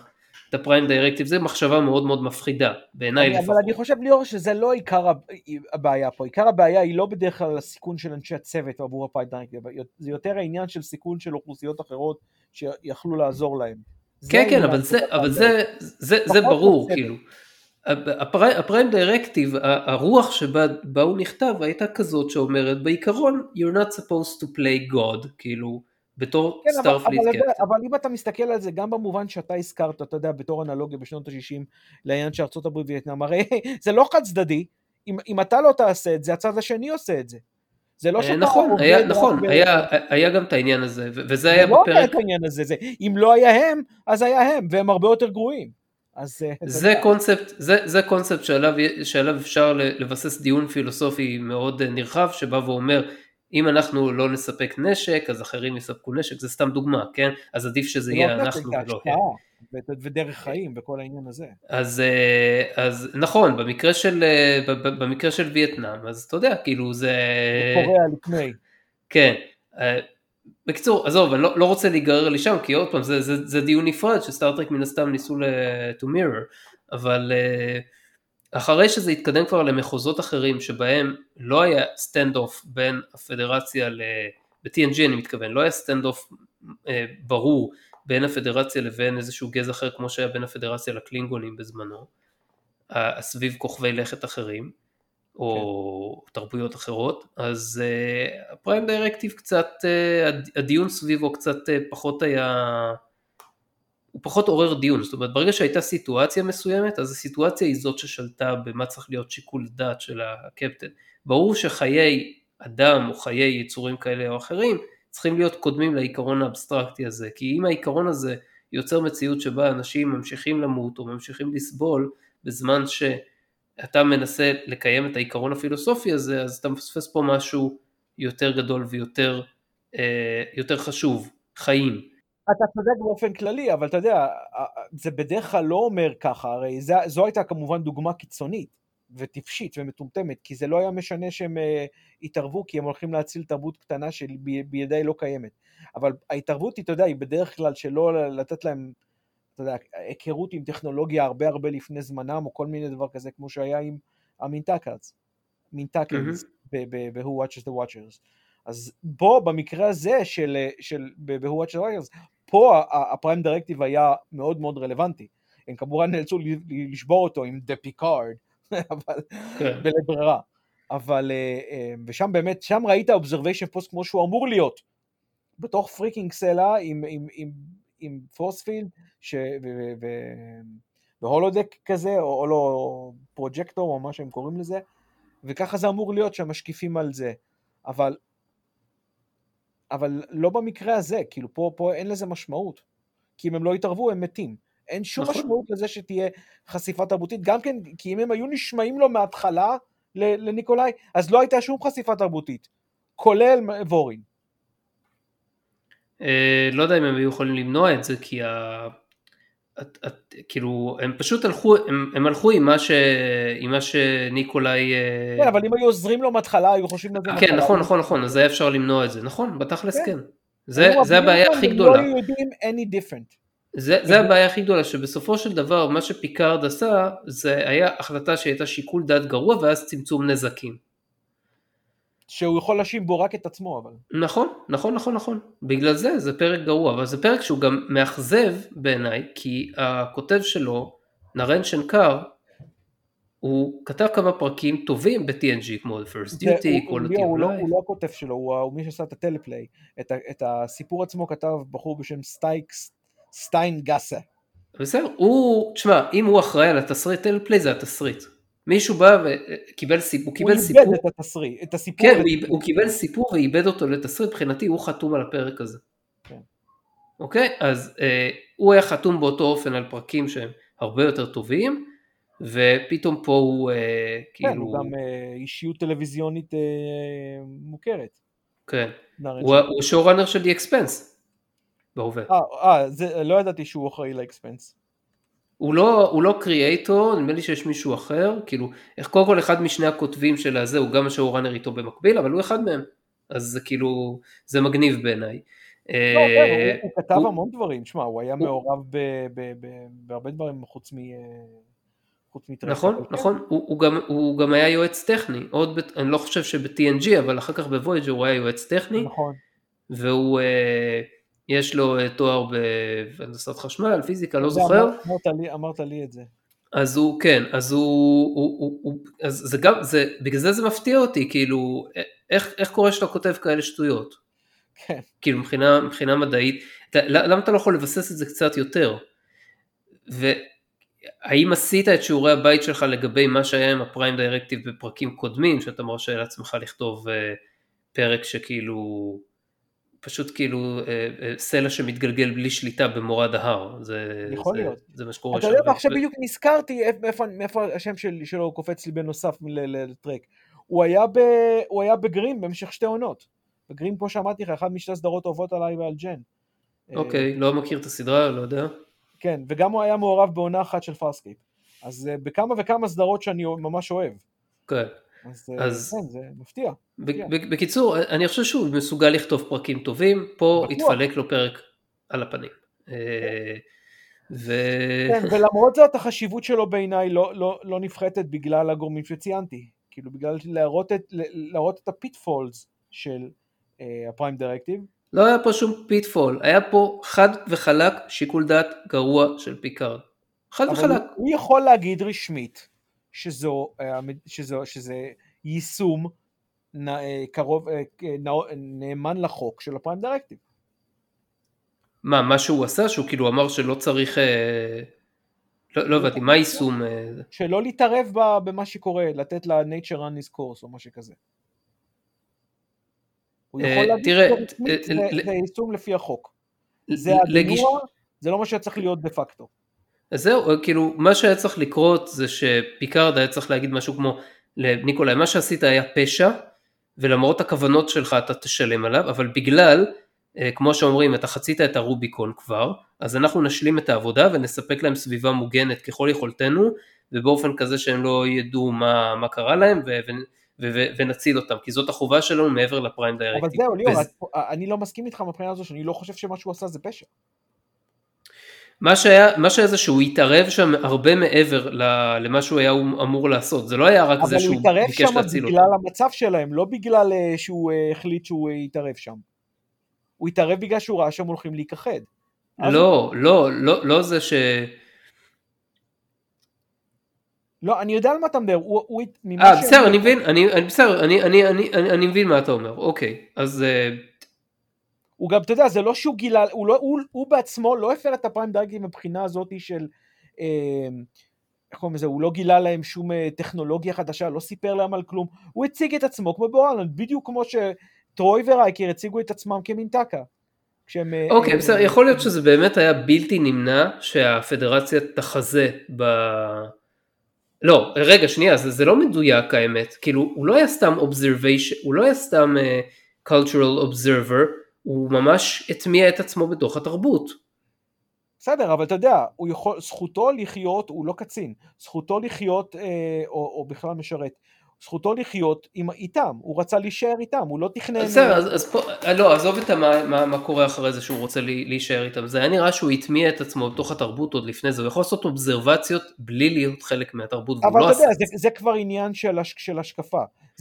את הפריים דירקטיב, זה מחשבה מאוד מאוד מפחידה, בעיניי לפחות. אבל אני חושב ליאור שזה לא עיקר הבעיה פה, עיקר הבעיה היא לא בדרך כלל הסיכון של אנשי הצוות עבור הפריים דירקטיב, זה יותר העניין של סיכון של אוכלוסיות אחרות שיכלו לעזור להם. כן, אבל זה ברור, כאילו. הפריים דירקטיב, הרוח שבה הוא נכתב הייתה כזאת שאומרת, בעיקרון, you're not supposed to play God, כאילו, בתור סטארפליט קפטן. אבל אם אתה מסתכל על זה, גם במובן שאתה הזכרת, אתה יודע, בתור אנלוגיה בשנות ה-60, לעניין שארצות הברית וייטנאם, הרי זה לא חד צדדי, אם אתה לא תעשה את זה, הצד השני עושה את זה. זה לא שאתה נכון, היה גם את העניין הזה, וזה היה בפרק. בפרק. לא היה את העניין הזה, אם לא היה הם, אז היה הם, והם הרבה יותר גרועים. זה קונספט שעליו אפשר לבסס דיון פילוסופי מאוד נרחב, שבא ואומר, אם אנחנו לא נספק נשק, אז אחרים יספקו נשק, זה סתם דוגמה, כן? אז עדיף שזה יהיה אנחנו ולא הם. ודרך חיים וכל העניין הזה. אז נכון, במקרה של וייטנאם, אז אתה יודע, כאילו זה... קוריאה לפני. כן. בקיצור, עזוב, אני לא רוצה להיגרר לשם, כי עוד פעם, זה דיון נפרד, שסטארטרק מן הסתם ניסו to mirror, אבל אחרי שזה התקדם כבר למחוזות אחרים, שבהם לא היה סטנד-אוף בין הפדרציה, ב-TNG אני מתכוון, לא היה סטנד-אוף ברור, בין הפדרציה לבין איזשהו גזע אחר, כמו שהיה בין הפדרציה לקלינגונים בזמנו, סביב כוכבי לכת אחרים, או תרבויות אחרות, אז הפריים דירקטיב קצת, הדיון סביבו קצת פחות היה, הוא פחות עורר דיון, זאת אומרת ברגע שהייתה סיטואציה מסוימת, אז הסיטואציה היא זאת ששלטה במה צריך להיות שיקול דעת של הקפטן. ברור שחיי אדם או חיי יצורים כאלה או אחרים, צריכים להיות קודמים לעיקרון האבסטרקטי הזה, כי אם העיקרון הזה יוצר מציאות שבה אנשים ממשיכים למות או ממשיכים לסבול, בזמן שאתה מנסה לקיים את העיקרון הפילוסופי הזה, אז אתה מפספס פה משהו יותר גדול ויותר יותר חשוב, חיים. אתה צודק באופן כללי, אבל אתה יודע, זה בדרך כלל לא אומר ככה, הרי זו הייתה כמובן דוגמה קיצונית וטיפשית ומטומטמת, כי זה לא היה משנה שהם התערבו, כי הם הולכים להציל תרבות קטנה שבידי לא קיימת. אבל ההתערבות, אתה יודע, היא בדרך כלל שלא לתת להם, אתה יודע, היכרות עם טכנולוגיה הרבה הרבה לפני זמנם, או כל מיני דבר כזה, כמו שהיה עם המינטקרס, ב-Who Watches the Watchers. אז בו, במקרה הזה ב-Who Watches the Watchers, פה הפריים דירקטיב היה מאוד מאוד רלוונטי. הם כמובן נאלצו לשבור אותו עם The Picard, אבל בלית ברירה. אבל, ושם באמת, שם ראית observation post כמו שהוא אמור להיות, בתוך פריקינג סלע עם פורספילד, והולודק כזה, או לא פרוג'קטור, או מה שהם קוראים לזה, וככה זה אמור להיות שהמשקיפים על זה. אבל לא במקרה הזה, כאילו פה אין לזה משמעות, כי אם הם לא יתערבו הם מתים, אין שום משמעות לזה שתהיה חשיפה תרבותית, גם כן, כי אם הם היו נשמעים לו מההתחלה לניקולאי, אז לא הייתה שום חשיפה תרבותית, כולל וורין. לא יודע אם הם היו יכולים למנוע את זה, כי כאילו הם פשוט הלכו עם מה שניקולאי... כן, אבל אם היו עוזרים לו מההתחלה, היו חושבים לזה... כן, נכון, אז היה אפשר למנוע את זה, נכון, בתכלס כן. זה הבעיה הכי גדולה. הם לא יודעים any different. זה הבעיה הכי גדולה, שבסופו של דבר, מה שפיקארד עשה, זה היה החלטה שהייתה שיקול דעת גרוע, ואז צמצום נזקים. שהוא יכול להשים בו רק את עצמו, אבל... נכון. בגלל זה פרק גרוע, אבל זה פרק שהוא גם מאכזב בעיניי, כי הכותב שלו, נרן שנקר, הוא כתב כמה פרקים טובים ב-TNG, כמו The First Duty, כל הטיוב אולי. הוא לא הכותב שלו, הוא מי שעשה את הטלפליי. את הסיפור עצמו כתב בחור בשם סטיין גאסה. בסדר, תשמע, אם הוא אחראי על התסריט טלפליי, זה התסריט. מישהו בא וקיבל סיפור, הוא איבד את הסיפור. כן, הוא קיבל סיפור ואיבד אותו לתסריט, מבחינתי הוא חתום על הפרק הזה. אוקיי, אז הוא היה חתום באותו אופן על פרקים שהם הרבה יותר טובים, ופתאום פה הוא כאילו... כן, הוא גם אישיות טלוויזיונית מוכרת. כן, הוא שואו-ראנר של The Expanse, בהווה. לא ידעתי שהוא אחראי לאקספנס. הוא לא קריאייטור, נדמה לי שיש מישהו אחר, כאילו, קודם כל אחד משני הכותבים של הזה, הוא גם השואו-ראנר איתו במקביל, אבל הוא אחד מהם, אז זה כאילו, זה מגניב בעיניי. לא, הוא כתב המון דברים, תשמע, הוא היה מעורב בהרבה דברים חוץ מטרק. נכון, נכון, הוא גם היה יועץ טכני, אני לא חושב שב-TNG, אבל אחר כך בוויג'ר הוא היה יועץ טכני, נכון. והוא, יש לו תואר בהנדסת חשמל, פיזיקה, לא זוכר. אמרת לי את זה. אז הוא, כן, אז אז זה גם, בגלל זה מפתיע אותי, כאילו, איך קורה שאתה כותב כאלה שטויות? כן. כאילו, מבחינה מדעית, למה אתה לא יכול לבסס את זה קצת יותר? האם עשית את שיעורי הבית שלך לגבי מה שהיה עם הפריים דיירקטיב בפרקים קודמים, שאתה מרשה לעצמך לכתוב פרק שכאילו, פשוט כאילו סלע שמתגלגל בלי שליטה במורד ההר, זה מה שקורה שם. אתה יודע, עכשיו בדיוק נזכרתי מאיפה השם שלו קופץ לי בנוסף לטרק. הוא היה בגרים במשך 2 עונות. בגרים, כמו שאמרתי לך, אחד משתי סדרות טובות עליי ועל ג'ן. אוקיי, לא מכיר את הסדרה, לא יודע. כן, וגם הוא היה מעורב בעונה אחת של פארסקייפ. אז בכמה וכמה סדרות שאני ממש אוהב. כן. אז כן, זה מפתיע. בקיצור, אני חושב שהוא מסוגל לכתוב פרקים טובים, פה התפלק לו פרק על הפנים. כן, ולמרות זאת החשיבות שלו בעיניי לא נפחתת בגלל הגורמים שציינתי. כאילו בגלל להראות את הפיטפולס של הפריים דירקטיב. לא היה פה שום פיטפול, היה פה חד וחלק שיקול דעת גרוע של פיקארד. חד וחלק. הוא יכול להגיד רשמית שזה יישום נאמן לחוק של הפריים דירקטיב. מה שהוא עשה? שהוא כאילו אמר שלא צריך, לא הבנתי, מה יישום? שלא להתערב במה שקורה, לתת לה nature run his course או משהו כזה. הוא יכול להגיד שזה יישום לפי החוק. זה הדינורה, זה לא מה שצריך להיות דה פקטו. אז זהו, כאילו, מה שהיה צריך לקרות זה שפיקארד היה צריך להגיד משהו כמו, ניקולאי, מה שעשית היה פשע, ולמרות הכוונות שלך אתה תשלם עליו, אבל בגלל, כמו שאומרים, אתה חצית את הרוביקון כבר, אז אנחנו נשלים את העבודה ונספק להם סביבה מוגנת ככל יכולתנו, ובאופן כזה שהם לא ידעו מה קרה להם, ונציל אותם, כי זאת החובה שלנו מעבר לפריים דיירקטיב. אבל זהו, ליאור, אני לא מסכים איתך מבחינה הזו, שאני לא חושב שמה שהוא עשה זה פשע. מה שהיה זה שהוא התערב שם הרבה מעבר למה שהוא היה אמור לעשות, זה לא היה רק זה שהוא ביקש להציל אותו. אבל הוא התערב שם בגלל המצב שלהם, לא בגלל שהוא החליט שהוא יתערב שם. הוא התערב בגלל שהוא ראה שהם הולכים להיכחד. לא זה ש... לא, אני יודע על מה אתה מדבר. בסדר, אני מבין מה אתה אומר, אוקיי, אז... הוא גם, אתה יודע, זה לא שהוא גילה, הוא בעצמו לא הפר את הפריים דירקטיב מבחינה הזאת של, איך קוראים לזה, הוא לא גילה להם שום טכנולוגיה חדשה, לא סיפר להם על כלום, הוא הציג את עצמו כמו באורלנד, בדיוק כמו שטרוי ורייקר הציגו את עצמם כמינטקה. אוקיי, בסדר, יכול להיות שזה באמת היה בלתי נמנע שהפדרציה תחזה לא, רגע, שנייה, זה לא מדויק האמת, כאילו, הוא לא היה סתם observation, הוא לא היה סתם cultural observer, הוא ממש הטמיע את עצמו בתוך התרבות. בסדר, אבל אתה יודע, זכותו לחיות, הוא לא קצין, זכותו לחיות, או בכלל משרת, זכותו לחיות איתם, הוא רצה להישאר איתם, הוא לא תכנן... בסדר, אז פה, לא, עזוב את מה קורה אחרי זה שהוא רוצה להישאר איתם, זה היה נראה שהוא הטמיע את עצמו בתוך התרבות עוד לפני זה, הוא יכול לעשות אובזרבציות בלי להיות חלק מהתרבות, אבל אתה יודע, זה כבר עניין של השקפה,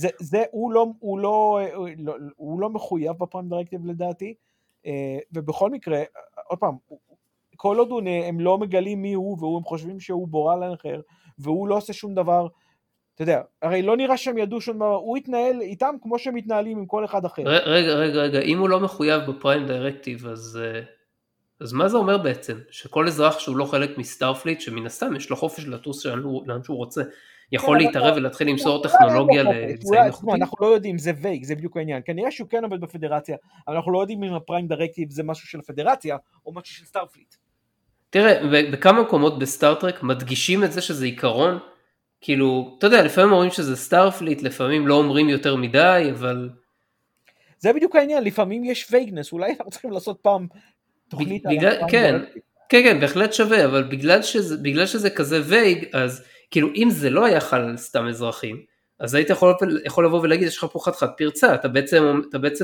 הוא לא מחויב בפריים דירקטיב לדעתי, ובכל מקרה, עוד פעם, כל עוד הם לא מגלים מי הוא, והם חושבים שהוא בורא לאחר, והוא לא עושה שום דבר, אתה יודע, הרי לא נראה שהם ידעו שום דבר, הוא יתנהל איתם כמו שהם מתנהלים עם כל אחד אחר. רגע, אם הוא לא מחויב בפריים דירקטיב, אז מה זה אומר בעצם? שכל אזרח שהוא לא חלק מסטארפליט, שמן הסתם יש לו חופש לטוס לאן שהוא רוצה, יכול להתערב ולהתחיל למסור טכנולוגיה לאמצעים איכותיים? אנחנו לא יודעים, זה וייג, זה בדיוק העניין. כנראה שהוא כן עובד בפדרציה, אבל אנחנו לא יודעים אם הפריים דירקטיב זה משהו של הפדרציה, או משהו של סטארפליט. תראה, בכמה מקומות בסטארטרק מדגישים את זה שזה עיקרון, כאילו, אתה יודע, לפעמים אומרים שזה סטארפליט, לפעמים לא אומרים יותר מדי, אבל... זה בדיוק העניין, לפעמים יש וייגנס, אולי אנחנו צריכים לעשות פעם תוכנית כן, בהחלט שווה, אבל בגלל שזה כזה וייג, אז כאילו אם זה לא היה חל על סתם אזרחים, אז היית יכול לבוא ולהגיד, יש לך פה חתיכת פרצה, אתה בעצם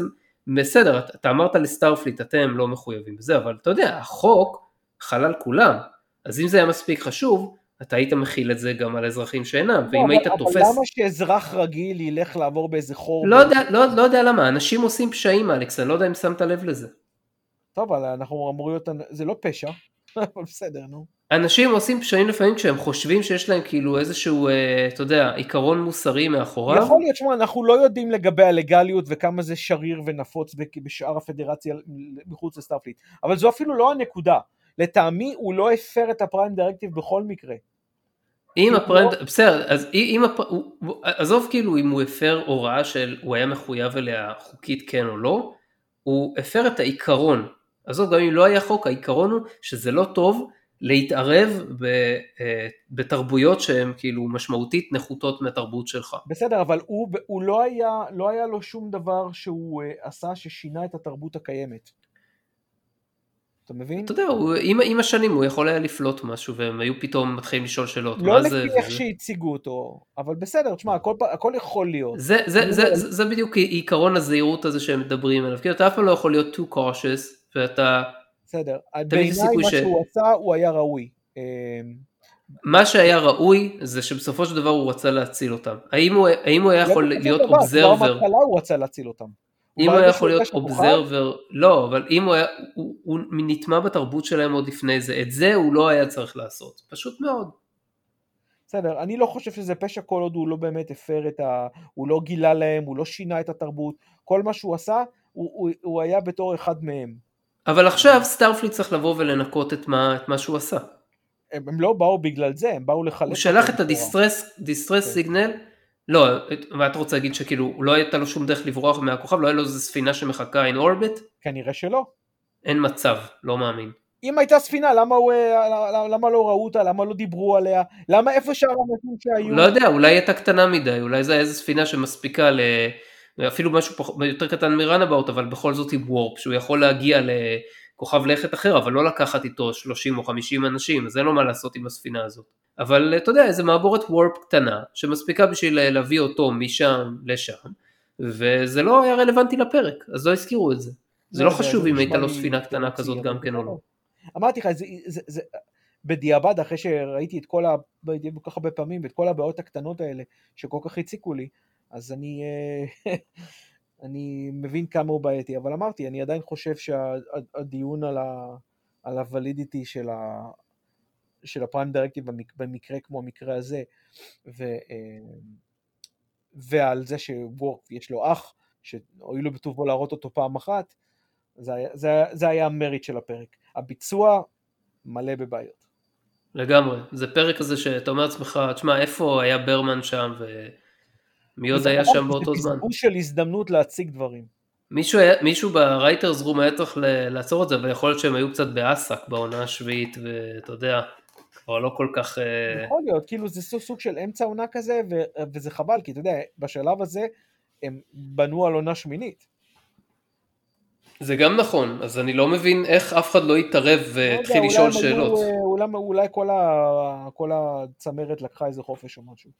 בסדר, אתה אמרת לסטארפליט, אתם לא מחויבים בזה, אבל אתה יודע, החוק חל על כולם, אז אם זה היה מספיק חשוב, אתה היית מכיל את זה גם על אזרחים שאינם, לא, ואם היית אבל למה תופס... שאזרח רגיל ילך לעבור באיזה חור? לא יודע למה, אנשים עושים פשעים, אלכס, אני לא יודע אם שמת לב לזה. טוב, אבל אנחנו אמורים להיות, זה לא פשע, אבל בסדר, נו. אנשים עושים פשעים לפעמים כשהם חושבים שיש להם כאילו איזשהו, אתה יודע, עיקרון מוסרי מאחוריו. יכול להיות, שמה, אנחנו לא יודעים לגבי הלגליות וכמה זה שריר ונפוץ בשאר הפדרציה מחוץ לסטארפליט, אבל זו אפילו לא הנקודה. לטעמי הוא לא הפר את הפריים דירקטיב בכל מקרה. אם הפריים, בסדר, אז עזוב כאילו אם הוא הפר הוראה של הוא היה מחויב אליה חוקית כן או לא, הוא הפר את העיקרון. עזוב, גם אם לא היה חוק, העיקרון הוא שזה לא טוב להתערב בתרבויות שהן כאילו משמעותית נחותות מהתרבות שלך. בסדר, אבל הוא לא היה לו שום דבר שהוא עשה ששינה את התרבות הקיימת. אתה מבין? אתה יודע, עם השנים הוא יכול היה לפלוט משהו, והם היו פתאום מתחילים לשאול שאלות. לא לפי איך שהציגו אותו, אבל בסדר, תשמע, הכל יכול להיות. זה בדיוק עיקרון הזהירות הזה שהם מדברים עליו, כי אתה אף פעם לא יכול להיות too cautious, ואתה... בסדר, בעיניי מה שהוא עשה, הוא היה ראוי. מה שהיה ראוי, זה שבסופו של דבר הוא רצה להציל אותם. האם הוא היה יכול להיות אובזרבר? כבר מהתחלה הוא רצה להציל אותם. אם הוא היה יכול להיות אובזרבר, לא, אבל אם הוא נטמע בתרבות שלהם עוד לפני זה, את זה הוא לא היה צריך לעשות, פשוט מאוד. בסדר, אני לא חושב שזה פשע כל עוד הוא לא באמת הפר הוא לא גילה להם, הוא לא שינה את התרבות, כל מה שהוא עשה, הוא היה בתור אחד מהם. אבל עכשיו סטארפליט צריך לבוא ולנקות את מה שהוא עשה. הם לא באו בגלל זה, הם באו לחלק. הוא שלח את הדיסטרס סיגנל, לא, ואת רוצה להגיד שכאילו, לא הייתה לו שום דרך לברוח מהכוכב, לא היה לו איזו ספינה שמחכה in orbit? כנראה שלא. אין מצב, לא מאמין. אם הייתה ספינה, למה לא ראו אותה, למה לא דיברו עליה, למה איפה שאר האנשים שהיו? לא יודע, אולי הייתה קטנה מדי, אולי זה היה איזו ספינה שמספיקה אפילו משהו יותר קטן מרנאבאוט, אבל בכל זאת עם וורפ, שהוא יכול להגיע לכוכב לכת אחר, אבל לא לקחת איתו 30 או 50 אנשים, אז אין לו מה לעשות עם הספינה הזאת. אבל אתה יודע, איזה מעבורת וורפ קטנה, שמספיקה בשביל להביא אותו משם לשם, וזה לא היה רלוונטי לפרק, אז לא הזכירו את זה. זה לא חשוב אם הייתה לו ספינה קטנה כזאת גם כן או לא. אמרתי לך, בדיעבד, אחרי שראיתי את כל כך הרבה פעמים, את כל הבעיות הקטנות האלה, שכל כך הציקו לי, אז אני מבין כמה הוא בעייתי, אבל אמרתי, אני עדיין חושב שהדיון על הוולידיטי של הפריים דירקטיב במקרה כמו המקרה הזה, ועל זה שוורק יש לו אח, שהואילו בטובו להראות אותו פעם אחת, זה היה המריט של הפרק. הביצוע מלא בבעיות. לגמרי, זה פרק כזה שאתה אומר לעצמך, תשמע, איפה היה ברמן שם ומי עוד היה שם באותו זמן? זה בזבוז של הזדמנות להציג דברים. מישהו ברייטרס רום היה צריך לעצור את זה, אבל יכול להיות שהם היו קצת באסק בעונה השביעית, ואתה יודע, כבר לא כל כך... יכול להיות, כאילו זה סוג של אמצע עונה כזה, וזה חבל, כי אתה יודע, בשלב הזה הם בנו על עונה שמינית. זה גם נכון, אז אני לא מבין איך אף אחד לא יתערב והתחיל לשאול שאלות. אולי כל הצמרת לקחה איזה חופש או משהו.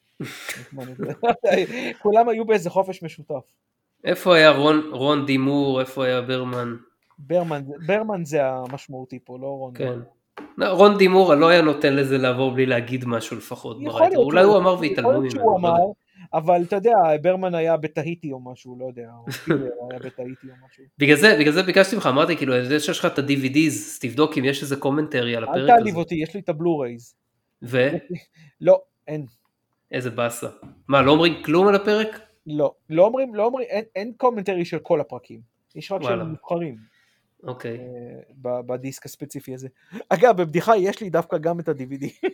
כולם היו באיזה חופש משותף. איפה היה רון דימור, איפה היה ברמן? ברמן זה המשמעותי פה, לא רון. כן. רון דימור לא היה נותן לזה לעבור בלי להגיד משהו לפחות ברייטר. אולי הוא אמר והתעלמו ממנו. אבל אתה יודע, ברמן היה בתהיטי או משהו, לא יודע, הוא היה בתהיטי או משהו. בגלל זה ביקשתי ממך, אמרתי, כאילו, יש לך את ה-DVDs, תבדוק אם יש איזה קומנטרי על הפרק הזה. אל תעליב אותי, יש לי את הבלו-רייז. לא, אין. איזה באסה. מה, לא אומרים כלום על הפרק? לא אומרים, אין קומנטרי של כל הפרקים. יש רק של נבחרים. אוקיי. בדיסק הספציפי הזה. אגב, בבדיחה יש לי דווקא גם את ה-DVD.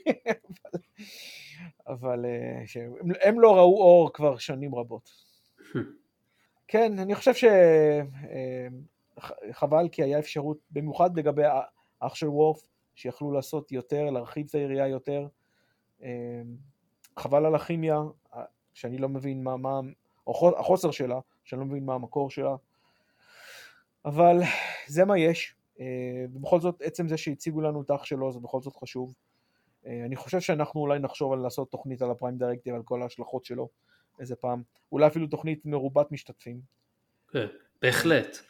אבל הם לא ראו אור כבר שנים רבות. כן, אני חושב שחבל כי היה אפשרות, במיוחד לגבי האח של וורף, שיכלו לעשות יותר, להרחיב את העירייה יותר. חבל על הכימיה, שאני לא מבין מה החוסר שלה, שאני לא מבין מה המקור שלה. אבל זה מה יש. ובכל זאת, עצם זה שהציגו לנו את האח שלו, זה בכל זאת חשוב. אני חושב שאנחנו אולי נחשוב על לעשות תוכנית על הפריים דירקטיב, על כל ההשלכות שלו, איזה פעם. אולי אפילו תוכנית מרובת משתתפים. כן. בהחלט.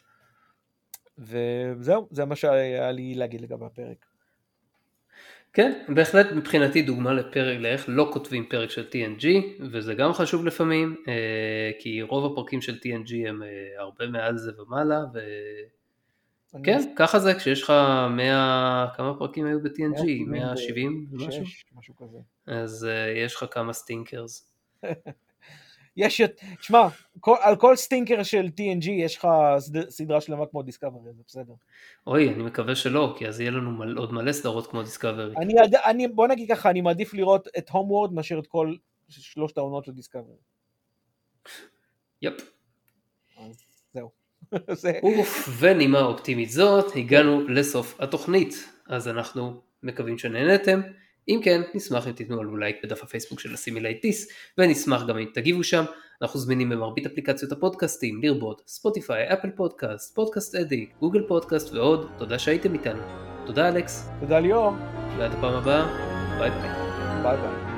וזהו, זה מה שהיה לי להגיד לגבי הפרק. כן, בהחלט מבחינתי דוגמה לפרק, לאיך לא כותבים פרק של TNG, וזה גם חשוב לפעמים, כי רוב הפרקים של TNG הם הרבה מעל זה ומעלה, כן, ככה זה, כשיש לך 100, כמה פרקים היו ב-TNG? 170 ומשהו? משהו כזה. אז יש לך כמה סטינקרס. תשמע, על כל סטינקר של TNG יש לך סדרה שלמה כמו דיסקאברי, זה בסדר. אוי, אני מקווה שלא, כי אז יהיה לנו עוד מלא סדרות כמו דיסקאברי. בוא נגיד ככה, אני מעדיף לראות את הומוורד מאשר את כל 3 העונות של דיסקאברי. יפ. אז זהו. ונימה אופטימית זאת, הגענו לסוף התוכנית, אז אנחנו מקווים שנהנתם. אם כן, נשמח אם תיתנו לנו לייק בדף הפייסבוק של הסימילייטיס, ונשמח גם אם תגיבו שם. אנחנו זמינים במרבית אפליקציות הפודקאסטים, לרבות ספוטיפיי, אפל פודקאסט, פודקאסט אדיק, גוגל פודקאסט ועוד. תודה שהייתם איתנו. תודה אלכס. תודה ליאור. ועד הפעם הבאה, ביי ביי. ביי ביי.